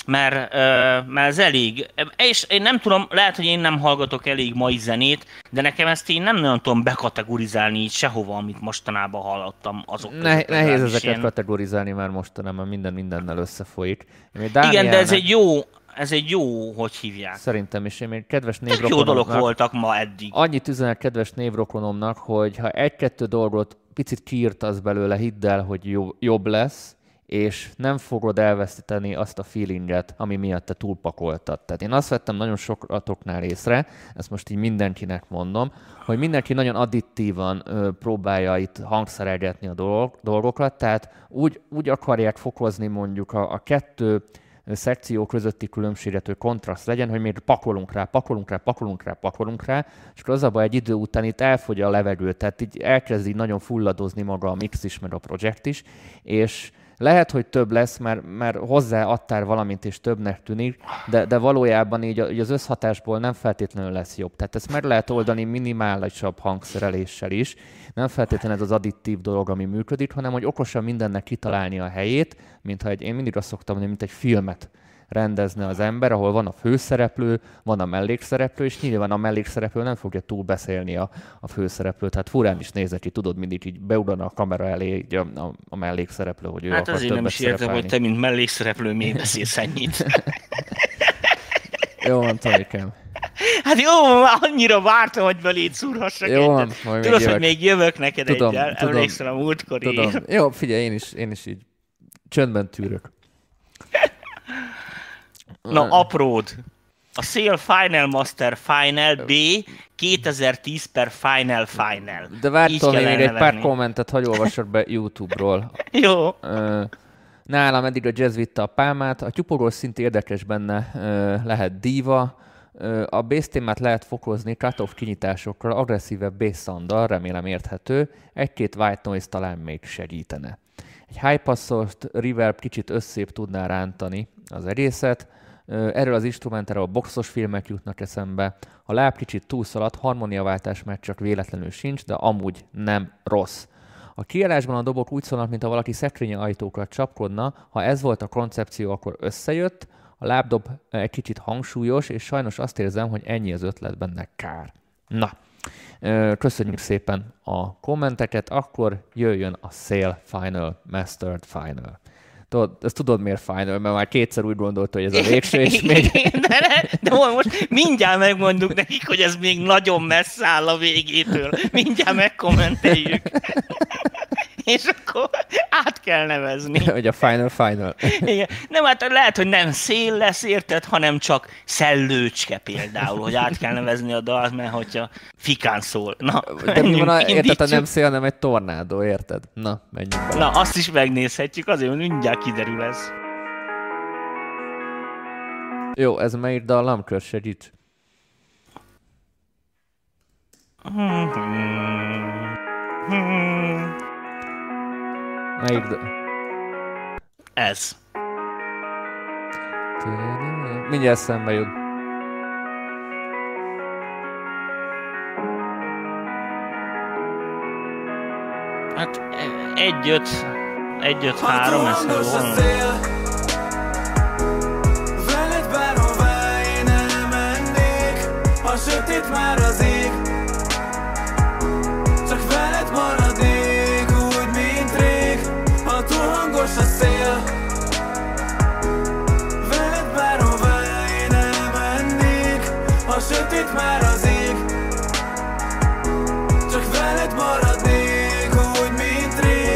mert, mert ez elég, és én nem tudom, lehet, hogy én nem hallgatok elég mai zenét, de nekem ezt én nem nagyon tudom bekategorizálni így sehova, amit mostanában hallottam azok között. Ne, nehéz ezeket ilyen... kategorizálni már mostanában, minden mindennel összefolyik. Igen, de ez egy jó, ez egy jó, hogy hívják. Szerintem is, én még kedves jó névrokonomnak... dolog voltak ma eddig. Annyit üzenek kedves névrokonomnak, hogy ha egy-kettő dolgot picit kiírtasz belőle, hidd el, hogy jobb lesz, és nem fogod elveszteni azt a feelinget, ami miatt te túlpakoltad. Tehát én azt vettem nagyon sokatoknál észre, ezt most így mindenkinek mondom, hogy mindenki nagyon additívan ö, próbálja itt hangszerelgetni a dolgok, dolgokat, tehát úgy, úgy akarják fokozni mondjuk a, a kettő szekció közötti különbséget, hogy kontraszt legyen, hogy még pakolunk rá, pakolunk rá, pakolunk rá, pakolunk rá, és akkor az abban egy idő után itt elfogy a levegő, tehát így elkezd így nagyon fulladozni maga a mix is, meg a projekt is, és lehet, hogy több lesz, mert, mert hozzáadtál valamit, és többnek tűnik, de, de valójában így, így az összhatásból nem feltétlenül lesz jobb. Tehát ezt meg lehet oldani minimálisabb hangszereléssel is. Nem feltétlenül ez az additív dolog, ami működik, hanem hogy okosan mindennek kitalálni a helyét, mintha egy, én mindig azt szoktam mondani, mint egy filmet rendezne az ember, ahol van a főszereplő, van a mellékszereplő, és nyilván a mellékszereplő nem fogja túl beszélni a, a főszereplőt. Tehát furán is nézek ki, tudod, mindig így beugrana a kamera elé így a, a, a mellékszereplő, hogy ő hát akar azért többet nem is értem, szerepelni. hogy te, mint mellékszereplő, miért beszélsz ennyit. Jó van, Tonikám. Hát jó, annyira vártam, hogy beléd szúrhassak jó van, egyet. majd Tudod, még hogy még jövök neked tudom, egyel. tudom, Emlékszem a múltkori. Tudom. Jó, figyelj, én is, én is így csöndben tűrök. Na, apród. A Szél Final Master Final B kétezer-tíz per Final Final. De vártam, én még egy pár kommentet hagy olvassak be YouTube-ról. Jó. Nálam eddig a jazz vitte a pálmát, a tyupogós szint érdekes benne, lehet díva, a bass témát lehet fokozni cut-off kinyitásokkal, agresszívebb bass sounddal, remélem érthető, egy-két white noise talán még segítene. Egy high passolt reverb kicsit összébb tudná rántani az egészet. Erről az instrumentáról a boxos filmek jutnak eszembe. A láb kicsit túlszaladt, harmóniaváltás már csak véletlenül sincs, de amúgy nem rossz. A kiállásban a dobok úgy szólnak, mintha valaki szekrénye ajtókat csapkodna. Ha ez volt a koncepció, akkor összejött. A lábdob egy kicsit hangsúlyos, és sajnos azt érzem, hogy ennyi az ötlet benne kár. Na, köszönjük szépen a kommenteket, akkor jöjjön a Szél Final Mastered Final. Tudod, ezt tudod miért Final, mert már kétszer úgy gondolta, hogy ez a végső, és még... De, de most mindjárt megmondjuk nekik, hogy ez még nagyon messze áll a végétől. Mindjárt megkommenteljük. És akkor át kell nevezni. Hogy a Final Final. Igen. Nem, hát lehet, hogy nem szél lesz, érted, hanem csak szellőcske például, hogy át kell nevezni a dalt, mert hogyha fikán szól. Na, de mi van, a, érted, a nem szél, hanem egy tornádó, érted? Na, menjünk bele. Na, azt is megnézhetjük, azért, hogy mindjárt kiderül ez. Jó, ez melyik dallam? Kör, segíts. Melyik dal? Ez. Mindjárt szembe jut. Hát egy öt, egy öt három, ez van. Veled bárhová én elmennék, a sötét már az ég, csak veled maradnék úgy, mint rég, ha túl hangos a szél. Veled bárhová én elmennék, a sötét már az ég, csak veled maradnék úgy, mint rég.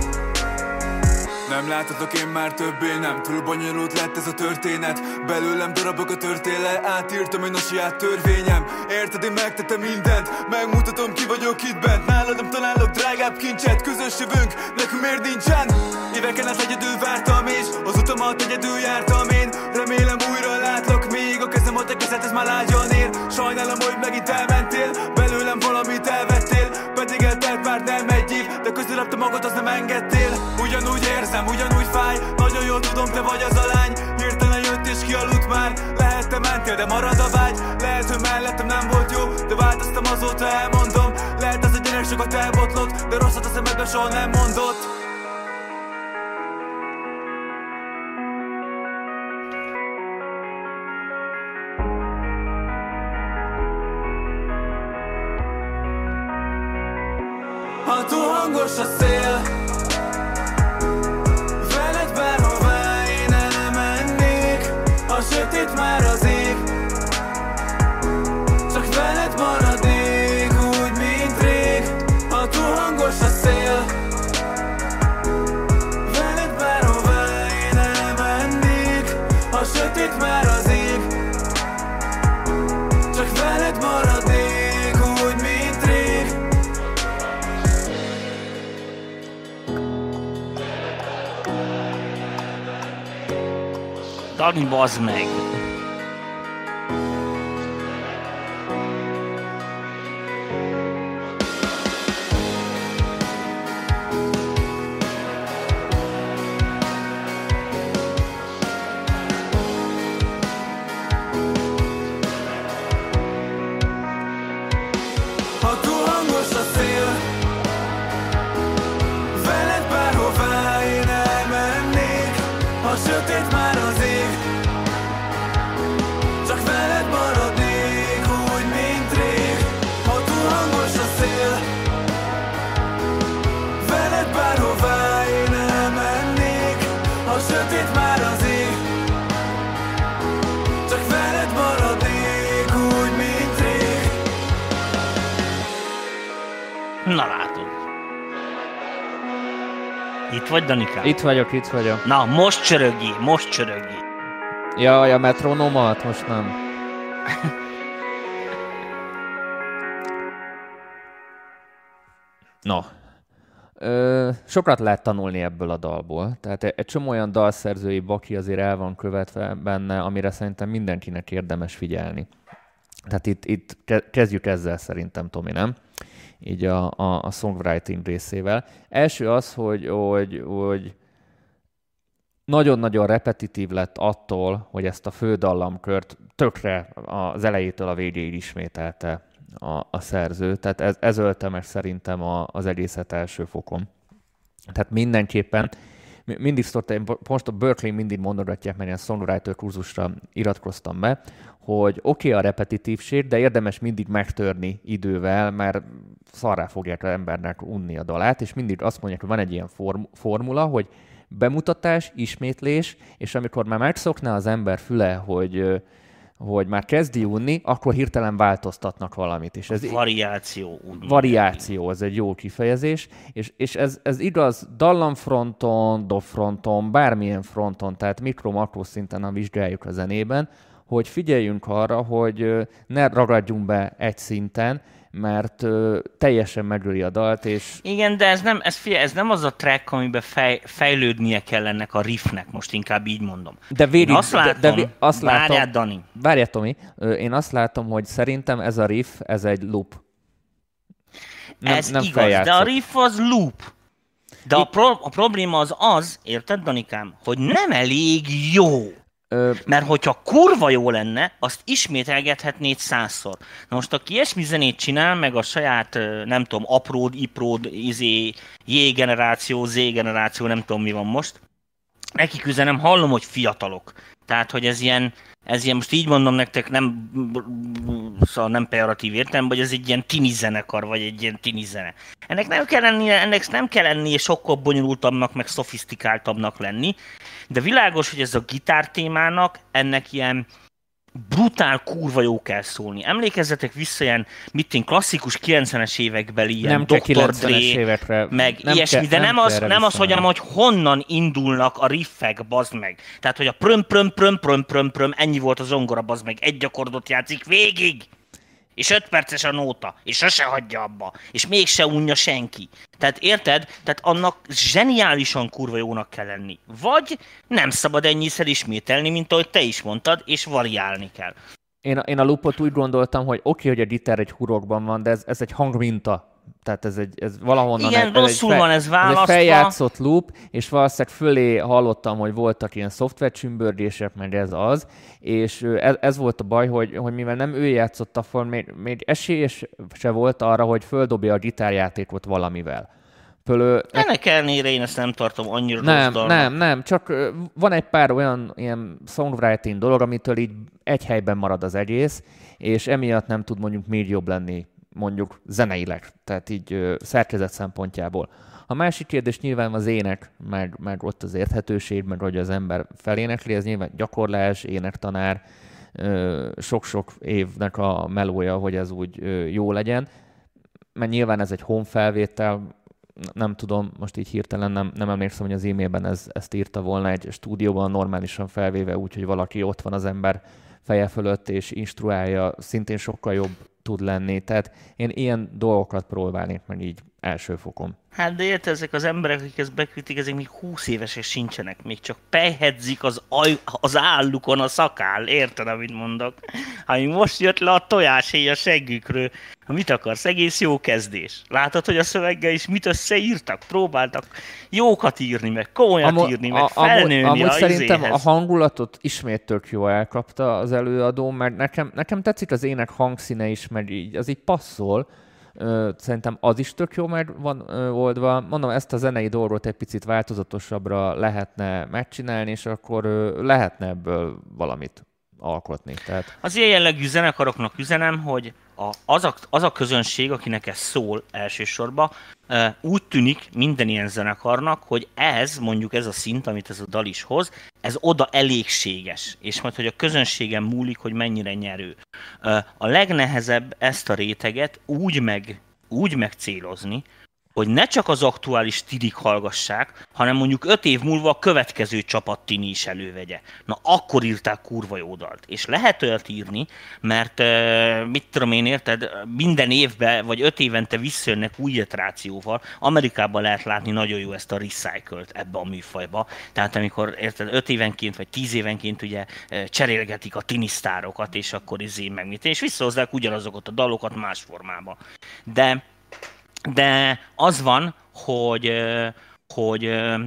Nem láthatok én már többé, nem túl bonyolult lett ez a történet. Belőlem darabok a törtéle, átírtam én a saját törvényem. Érted, én megtettem mindent, megmutatom ki vagyok itt bent. Nálad nem találok drágább kincset, közös jövőnk, nekünk miért nincsen? Éveken át egyedül vártam és az utamat egyedül jártam én. Remélem újra látlak, még a kezem a te kezed, ez már lágyan ér. Sajnálom, hogy megint elmentél, belőlem valamit elvettél. Pedig eltelt már nem egy év, de közeledte magad, az nem engedtél. Ugyanúgy érzem, ugyanúgy fáj, nagyon jól tudom, te vagy az a lány. Hirtelen jött és kialudt már, lehet te mentél, de marad a vágy. Lehet, hogy mellettem nem volt jó, de változtam azóta, elmondom. Lehet az a gyerek sokat elbotlott, de rosszat a szemedbe soha nem mondott. hangos a szél. Veled bárhová én elmennék, a sötét már az ég. Csak veled maradnék úgy, mint rég, ha túl hangos a szél. Veled bárhová én elmennék, a sötét már az ég. Csak veled maradnék úgy, mint rég. Dani, bazd meg! Ha túl hangos a szél, veled bárhová én elmennék, a sötét már az ég. Csak veled maradnék úgy, mint rég, ha túl hangos a szél. Veled bárhová én elmennék, a sötét már az ég. Csak veled maradnék úgy, mint rég. Na látod. Itt vagy, Danikám? Itt vagyok, itt vagyok. Na, most csörögjél, most csörögjél. Jaj, a metronómat most nem. No. Ö, sokat lehet tanulni ebből a dalból. Tehát egy csomó olyan dalszerzői baki azért el van követve benne, amire szerintem mindenkinek érdemes figyelni. Tehát itt, itt kezdjük ezzel szerintem, Tomi, nem? Így a, a, a songwriting részével. Első az, hogy, hogy, hogy nagyon-nagyon repetitív lett attól, hogy ezt a fődallamkört tökre az elejétől a végéig ismételte a, a szerző. Tehát ez, ez ölte meg szerintem a, az egészet első fokon. Tehát mindenképpen, mindig szoktam, most a Berkeley mindig mondogatják, mert ilyen songwriter kurzusra iratkoztam be, hogy oké okay a repetitívség, de érdemes mindig megtörni idővel, mert szarrá fogják az embernek unni a dalát, és mindig azt mondják, hogy van egy ilyen form- formula, hogy bemutatás, ismétlés, és amikor már megszokná az ember füle, hogy, hogy már kezdi unni, akkor hirtelen változtatnak valamit. És ez variáció. Unni. Variáció, ez egy jó kifejezés, és, és ez, ez igaz dallamfronton, dobfronton, bármilyen fronton, tehát mikro-makro szinten, ha vizsgáljuk a zenében, hogy figyeljünk arra, hogy ne ragadjunk be egy szinten, mert ö, teljesen megöli a dalt, és... Igen, de ez nem, ez, figyelj, ez nem az a track, amiben fej, fejlődnie kell ennek a riffnek, most inkább így mondom. De végig... Én azt látom, de, de, azt várjál, látom, Dani. Várjál, Tomi, én azt látom, hogy szerintem ez a riff, ez egy loop. Nem, ez nem igaz, feljátszott. de a riff az loop. De a, pro, a probléma az az, érted, Danikám, hogy nem elég jó. Ö... Mert hogyha kurva jó lenne, azt ismételgethetnéd százszor. Na most aki ilyesmi zenét csinál, meg a saját, nem tudom, apród, ipród, izé, J-generáció, Z-generáció, nem tudom mi van most, nekik üzenem, hallom, hogy fiatalok. Tehát, hogy ez ilyen, ez ilyen, most így mondom nektek, nem, szóval nem pejoratív értem, hogy ez egy ilyen tini zenekar, vagy egy ilyen tini zene. Ennek nem kell lennie, ennek nem kell lennie sokkal bonyolultabbnak, meg szofisztikáltabbnak lenni, de világos, hogy ez a gitártémának ennek ilyen brutál kurva jó kell szólni. Emlékezzetek vissza ilyen, mit én, klasszikus kilencvenes évekbeli ilyen nem doktor Dre, meg nem ilyesmi, ke, de nem, nem az, nem az, hogy, hogy honnan indulnak a riffek, bazd meg. Tehát, hogy a pröm, pröm, pröm, pröm, pröm, pröm, ennyi volt a zongora, bazd meg, egy akkordot játszik végig. És öt perces a nóta, és sose hagyja abba, és mégse unja senki. Tehát érted? Tehát annak zseniálisan kurva jónak kell lenni. Vagy nem szabad ennyiszer ismételni, mint ahogy te is mondtad, és variálni kell. Én a, én a loopot úgy gondoltam, hogy oké, okay, hogy a gitár egy hurokban van, de ez, ez egy hangminta. Tehát ez, egy, ez valahonnan... Igen, egy, rosszul ez egy van ez választva. Ez egy feljátszott loop, és valószínűleg fölé hallottam, hogy voltak ilyen szoftvercsümbörgések, meg ez az, és ez, ez volt a baj, hogy, hogy mivel nem ő játszotta fel, még, még esélyes se volt arra, hogy földobja a gitárjátékot valamivel. Pölő, Ennek ellenére én ezt nem tartom annyira nem, rossz dalnak. Nem, nem, csak van egy pár olyan ilyen songwriting dolog, amitől így egy helyben marad az egész, és emiatt nem tud mondjuk még jobb lenni mondjuk zeneileg, tehát így ö, szerkezet szempontjából. A másik kérdés nyilván az ének, meg, meg ott az érthetőség, meg hogy az ember felénekli, ez nyilván gyakorlás, énektanár, sok-sok évnek a melója, hogy ez úgy jó legyen. Mert nyilván ez egy honfelvétel, nem tudom, most így hirtelen nem, nem emlékszem, hogy az e-mailben ez, ezt írta volna egy stúdióban normálisan felvéve, úgyhogy valaki ott van az ember feje fölött és instruálja, szintén sokkal jobb tud lenni. Tehát én ilyen dolgokat próbálnék meg így első fokon. Hát de érted, ezek az emberek, akik ezt beküldték, ezek még húsz évesek sincsenek, még csak pejhedzik az, aj, az állukon a szakál, érted, amit mondok? Ha még most jött le a tojáshéj a seggükről, mit akarsz? Egész jó kezdés. Látod, hogy a szöveggel is mit összeírtak? Próbáltak jókat írni, meg komolyat Amo- írni, meg felnőni amúgy, a amúgy szerintem izéhez. a hangulatot ismét tök jó elkapta az előadó, mert nekem, nekem tetszik az ének hangszíne is, mert így, az így passzol. Szerintem az is tök jó meg van oldva. Mondom, ezt a zenei dolgot egy picit változatosabbra lehetne megcsinálni, és akkor lehetne ebből valamit alkotni. Tehát... Az ilyen jellegű zenekaroknak üzenem, hogy a, az, a, az a közönség, akinek ez szól elsősorban, úgy tűnik minden ilyen zenekarnak, hogy ez, mondjuk ez a szint, amit ez a dal is hoz, ez oda elégséges, és majd, hogy a közönségen múlik, hogy mennyire nyerő. A legnehezebb ezt a réteget úgy, meg, úgy megcélozni, hogy ne csak az aktuális tidik hallgassák, hanem mondjuk öt év múlva a következő csapat tini is elővegye. Na akkor írták kurva jó dalt. És lehet olyat írni, mert mit tudom én, érted, minden évben vagy öt évente visszajönnek új iterációval. Amerikában lehet látni nagyon jó ezt a recyclet ebbe a műfajba. Tehát amikor érted, öt évenként vagy tíz évenként ugye cserélgetik a tinisztárokat, és akkor izé meg mit, és visszahozzák ugyanazokat a dalokat más formában. De De az van, hogy, hogy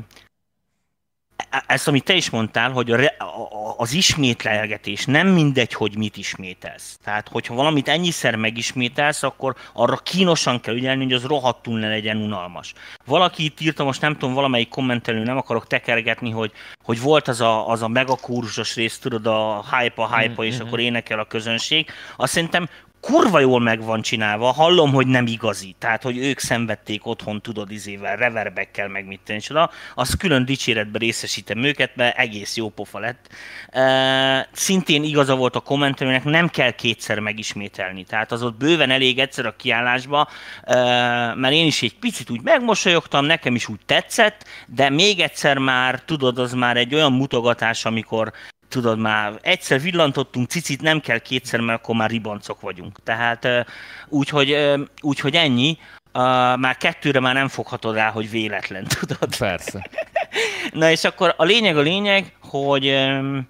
ezt, amit te is mondtál, hogy az ismétlelgetés nem mindegy, hogy mit ismételsz. Tehát, hogyha valamit ennyiszer megismételsz, akkor arra kínosan kell ügyelni, hogy az rohadtul ne legyen unalmas. Valaki itt írta, most nem tudom, valamelyik kommentelő, nem akarok tekergetni, hogy, hogy volt az a, az a megakórusos rész, tudod, a hype, a hype, mm-hmm. és akkor énekel a közönség. Azt szerintem kurva jól meg van csinálva, hallom, hogy nem igazi. Tehát, hogy ők szenvedték otthon, tudod, izével, reverbekkel, meg mit tenni, csoda. Az külön dicséretben részesítem őket, mert egész jó pofa lett. E, szintén igaza volt a kommentelőnek, nem kell kétszer megismételni. Tehát az ott bőven elég egyszer a kiállásba, e, mert én is egy picit úgy megmosolyogtam, nekem is úgy tetszett, de még egyszer már, tudod, az már egy olyan mutogatás, amikor tudod, már egyszer villantottunk cicit, nem kell kétszer, mert akkor már ribancok vagyunk. Tehát úgyhogy úgy, hogy ennyi, már kettőre már nem foghatod rá, hogy véletlen, tudod. Persze. Na és akkor a lényeg a lényeg, hogy,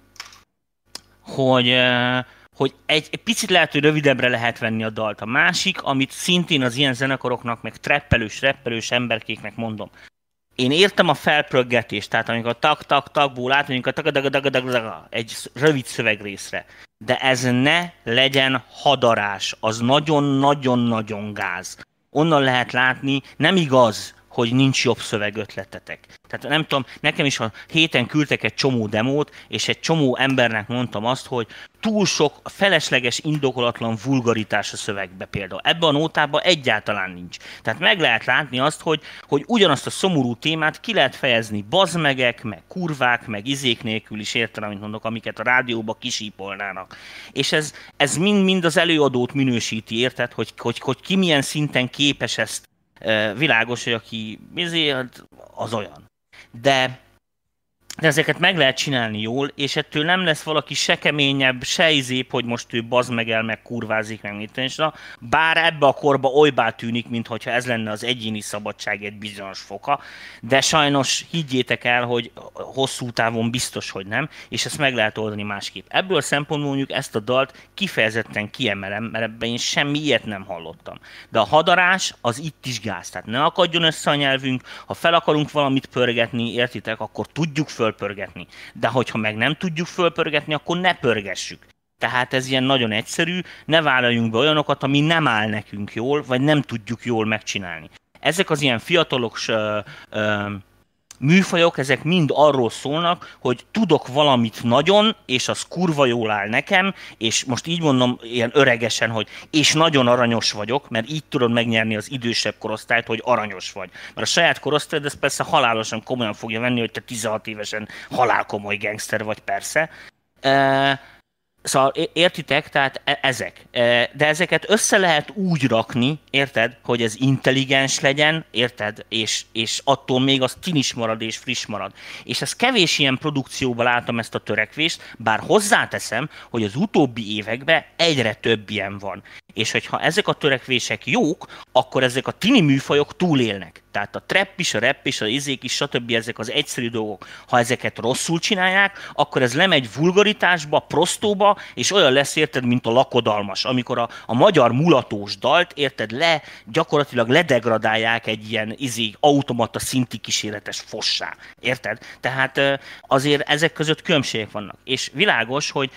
hogy, hogy egy, egy picit lehet, hogy rövidebbre lehet venni a dalt. A másik, amit szintén az ilyen zenekaroknak, meg treppelős, reppelős emberkéknek mondom. Én értem a felpörgetést, tehát amikor tak-tak-takból átmegyünk a tak egy rövid szövegrészre, de ez ne legyen hadarás, az nagyon-nagyon-nagyon gáz. Onnan lehet látni, nem igaz, hogy nincs jobb szövegötletetek. Tehát nem tudom, nekem is a héten küldtek egy csomó demót, és egy csomó embernek mondtam azt, hogy túl sok felesleges, indokolatlan vulgaritás a szövegbe például. Ebben a nótában egyáltalán nincs. Tehát meg lehet látni azt, hogy, hogy ugyanazt a szomorú témát ki lehet fejezni bazmegek, meg kurvák, meg izék nélkül is, érted, amit mondok, amiket a rádióba kisípolnának. És ez, ez mind-mind az előadót minősíti, érted, hogy, hogy, hogy ki milyen szinten képes ezt. Világos, hogy aki az olyan. De, de ezeket meg lehet csinálni jól, és ettől nem lesz valaki se keményebb, se izébb, hogy most ő bazd meg el, meg kurvázik, meg mit tenni. Bár ebbe a korba olybá tűnik, mintha ez lenne az egyéni szabadság egy bizonyos foka, de sajnos higgyétek el, hogy hosszú távon biztos, hogy nem, és ezt meg lehet oldani másképp. Ebből a szempontból mondjuk ezt a dalt kifejezetten kiemelem, mert ebben én semmi ilyet nem hallottam. De a hadarás az itt is gáz, tehát ne akadjon össze a nyelvünk, ha fel akarunk valamit pörgetni, értitek, akkor tudjuk föl fölpörgetni. De hogyha meg nem tudjuk fölpörgetni, akkor ne pörgessük. Tehát ez ilyen nagyon egyszerű, ne vállaljunk be olyanokat, ami nem áll nekünk jól, vagy nem tudjuk jól megcsinálni. Ezek az ilyen fiatalok ö, ö, műfajok, ezek mind arról szólnak, hogy tudok valamit nagyon, és az kurva jól áll nekem, és most így mondom ilyen öregesen, hogy és nagyon aranyos vagyok, mert így tudod megnyerni az idősebb korosztályt, hogy aranyos vagy. Mert a saját korosztályod ez persze halálosan komolyan fogja venni, hogy te tizenhat évesen halálkomoly gangster vagy, persze. E- Szóval értitek, tehát ezek. De ezeket össze lehet úgy rakni, érted, hogy ez intelligens legyen, érted, és, és attól még az tinis marad és friss marad. És ez kevés ilyen produkcióban látom ezt a törekvést, bár hozzáteszem, hogy az utóbbi években egyre több ilyen van. És hogyha ezek a törekvések jók, akkor ezek a tini műfajok túlélnek. Tehát a trap is, a rap is, a izék is, stb. Ezek az egyszerű dolgok. Ha ezeket rosszul csinálják, akkor ez lemegy vulgaritásba, prostóba, és olyan lesz, érted, mint a lakodalmas. Amikor a, a magyar mulatós dalt, érted, le, gyakorlatilag ledegradálják egy ilyen izé, automata szinti kísérletes fossá. Érted? Tehát azért ezek között különbségek vannak. És világos, hogy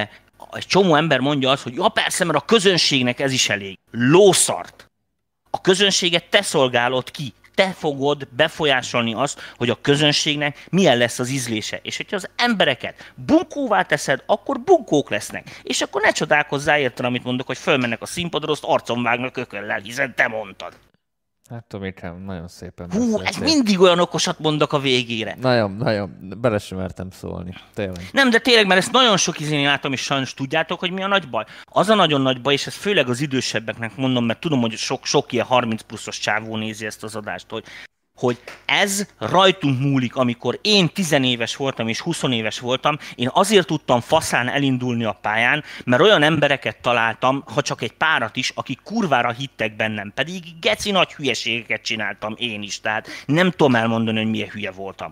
egy csomó ember mondja azt, hogy ja persze, mert a közönségnek ez is elég. Lószart. A közönséget te szolgálod ki. Te fogod befolyásolni azt, hogy a közönségnek milyen lesz az ízlése. És hogyha az embereket bunkóvá teszed, akkor bunkók lesznek. És akkor ne csodálkozzál, érted, amit mondok, hogy fölmennek a színpadra, azt arcon vágnak ököllel, hiszen te mondtad. Hát Tomikám, nagyon szépen Hú, beszéltél. ez mindig olyan okosat mondok a végére. Nagyon, nagyon, bele sem mertem szólni. Tényleg. Nem, de tényleg, mert ezt nagyon sok izén látom, és sajnos tudjátok, hogy mi a nagy baj. Az a nagyon nagy baj, és ez főleg az idősebbeknek mondom, mert tudom, hogy sok, sok ilyen harminc pluszos csávó nézi ezt az adást, hogy hogy ez rajtunk múlik, amikor én tizenéves voltam és huszonéves voltam, én azért tudtam faszán elindulni a pályán, mert olyan embereket találtam, ha csak egy párat is, akik kurvára hittek bennem, pedig geci nagy hülyeségeket csináltam én is, tehát nem tudom elmondani, hogy milyen hülye voltam.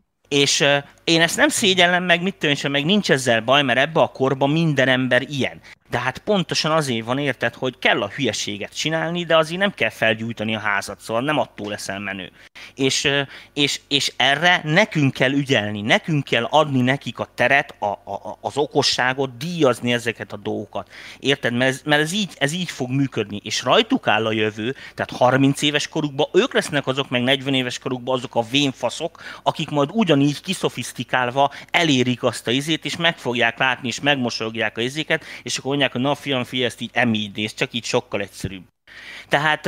És uh, én ezt nem szégyellem meg, mit tudom, meg nincs ezzel baj, mert ebbe a korban minden ember ilyen. De hát pontosan azért van, érted, hogy kell a hülyeséget csinálni, de azért nem kell felgyújtani a házat, szóval nem attól leszel menő. És, és, és erre nekünk kell ügyelni, nekünk kell adni nekik a teret, a, a, az okosságot, díjazni ezeket a dolgokat. Érted? Mert, ez, mert ez, így, ez így fog működni, és rajtuk áll a jövő, tehát harminc éves korukban ők lesznek azok, meg negyven éves korukban azok a vénfaszok, akik majd ugyanígy kiszofisztikálva elérik azt a izét, és meg fogják látni, és megmosologják a izéket, és akkor mondják, hogy na fiam, fiam, ezt így emíd, és csak így sokkal egyszerűbb. Tehát,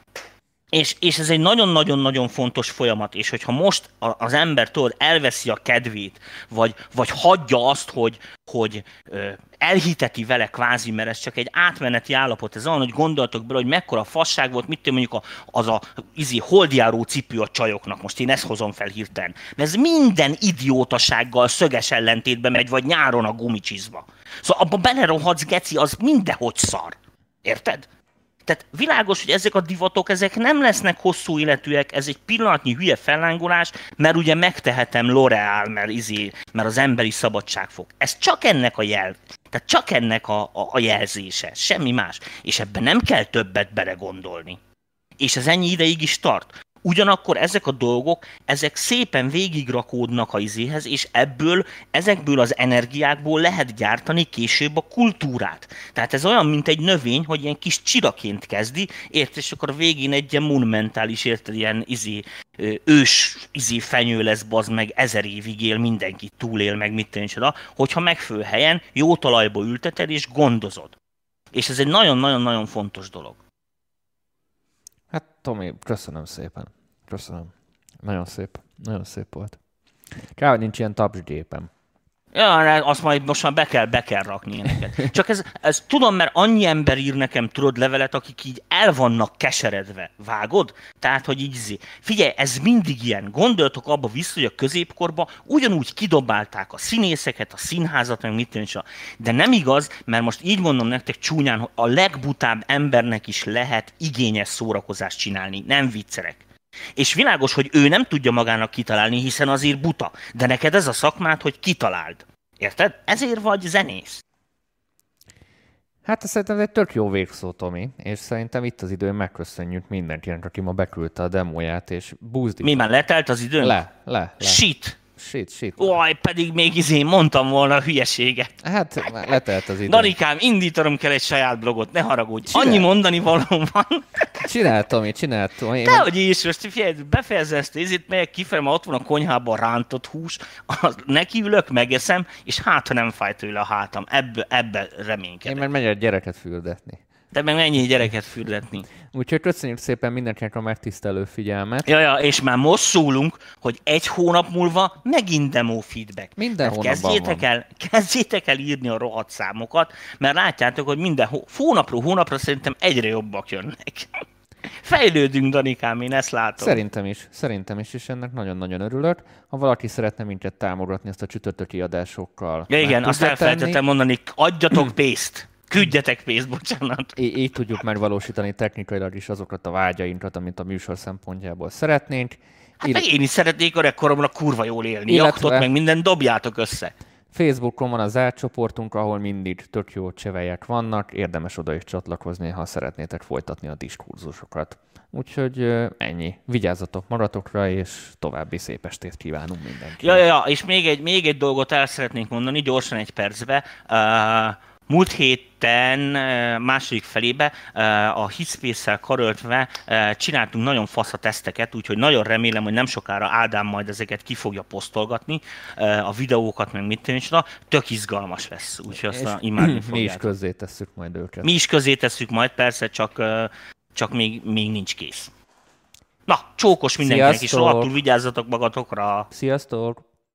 és, és ez egy nagyon-nagyon-nagyon fontos folyamat, és hogyha most az ember tudod, elveszi a kedvét, vagy, vagy hagyja azt, hogy, hogy elhiteti vele kvázi, mert ez csak egy átmeneti állapot, ez olyan, hogy gondoltok bele, hogy mekkora fasság volt, mit tudom, mondjuk a, az a izi, holdjáró cipő a csajoknak, most én ezt hozom fel hirtelen. Mert ez minden idiótasággal szöges ellentétbe megy, vagy nyáron a gumicsizba. Szóval abba belerohadsz, geci, az mindenhogy szar. Érted? Tehát világos, hogy ezek a divatok, ezek nem lesznek hosszú életűek, ez egy pillanatnyi hülye fellángolás, mert ugye megtehetem L'Oreal, mert, izé, mert az emberi szabadság fog. Ez csak ennek a jel, tehát csak ennek a, a, a jelzése, semmi más. És ebben nem kell többet belegondolni. És ez ennyi ideig is tart. Ugyanakkor ezek a dolgok, ezek szépen végigrakódnak a izéhez, és ebből, ezekből az energiákból lehet gyártani később a kultúrát. Tehát ez olyan, mint egy növény, hogy ilyen kis csiraként kezdi, érted, és akkor a végén egy ilyen monumentális, érted, ilyen izé, ős izé fenyő lesz, bazd meg, ezer évig él, mindenki túlél, meg mit tűncsoda, hogyha megfelelő helyen, jó talajba ülteted, és gondozod. És ez egy nagyon-nagyon-nagyon fontos dolog. Hát Tomi, köszönöm szépen. Köszönöm. Nagyon szép. Nagyon szép volt. Kár, hogy nincs ilyen tapsgépem. Ja, azt majd most már be kell, be kell rakni ilyeneket. Csak ez, ez tudom, mert annyi ember ír nekem, tudod, levelet, akik így el vannak keseredve. Vágod? Tehát, hogy így zé. Figyelj, ez mindig ilyen. Gondoltok abba vissza, hogy a középkorban ugyanúgy kidobálták a színészeket, a színházat, meg mit tűncsa. De nem igaz, mert most így mondom nektek csúnyán, hogy a legbutább embernek is lehet igényes szórakozást csinálni. Nem viccelek. És világos, hogy ő nem tudja magának kitalálni, hiszen azért buta. De neked ez a szakmád, hogy kitaláld. Érted? Ezért vagy zenész. Hát ez szerintem egy tök jó végszó, Tomi, és szerintem itt az idő, hogy megköszönjük mindenkinek, aki ma beküldte a demóját, és búzdi. Mi már letelt az időn? Le, le, le. Shit! Shit, shit. Oj, pedig még izén mondtam volna a hülyeséget. Hát már letelt az idő. Danikám, indítanom kell egy saját blogot, ne haragudj. Csinál. Annyi mondani valóm van. Csináltam, én csináltam. Én Dehogy is, most figyelj, befejezze ezt, ezért megyek kifelé, mert ott van a konyhában rántott hús, nekiülök, megeszem, és hát, ha nem fáj tőle a hátam. Ebbe, ebbe reménykedek. Én már megyek gyereket fürdetni. De meg mennyi gyereket fürdetni. Úgyhogy köszönjük szépen mindenkinek a megtisztelő figyelmet. Ja, ja, és már most szólunk, hogy egy hónap múlva megint demo feedback. Minden Tehát hónapban kezdjétek van. el, kezdjétek el írni a rohadt számokat, mert látjátok, hogy minden hó- hónapról hónapra szerintem egyre jobbak jönnek. Fejlődünk, Danikám, én ezt látom. Szerintem is, szerintem is, és ennek nagyon-nagyon örülök. Ha valaki szeretne minket támogatni ezt a csütörtöki adásokkal. Ja, igen, meg azt tudja elfelejtettem tenni. mondani, adjatok pénzt. Küldjetek pénzt, bocsánat. Í- így tudjuk megvalósítani technikailag is azokat a vágyainkat, amit a műsor szempontjából szeretnénk. Hát Ill- meg én is szeretnék öregkoromra kurva jól élni. Illetve- Jachtot, meg mindent dobjátok össze. Facebookon van az zárt csoportunk, ahol mindig tök jó csevelyek vannak, érdemes oda is csatlakozni, ha szeretnétek folytatni a diskurzusokat. Úgyhogy ö, ennyi. Vigyázzatok magatokra, és további szép estét kívánunk mindenkinek. Ja, ja, ja, és még egy, még egy dolgot el szeretnék mondani, gyorsan egy percbe. Uh, múlt héten uh, második felébe uh, a Hitspace-szel karöltve uh, csináltunk nagyon fasz a teszteket, úgyhogy nagyon remélem, hogy nem sokára Ádám majd ezeket ki fogja posztolgatni, uh, a videókat, meg mit tűnik, tök izgalmas lesz, úgyhogy azt a imádni mi is fogjátok. közzé tesszük majd őket. Mi is közé tesszük majd, persze, csak, uh, csak még, még nincs kész. Na, csókos mindenkinek, és Sziasztok! rohadtul vigyázzatok magatokra! Sziasztok!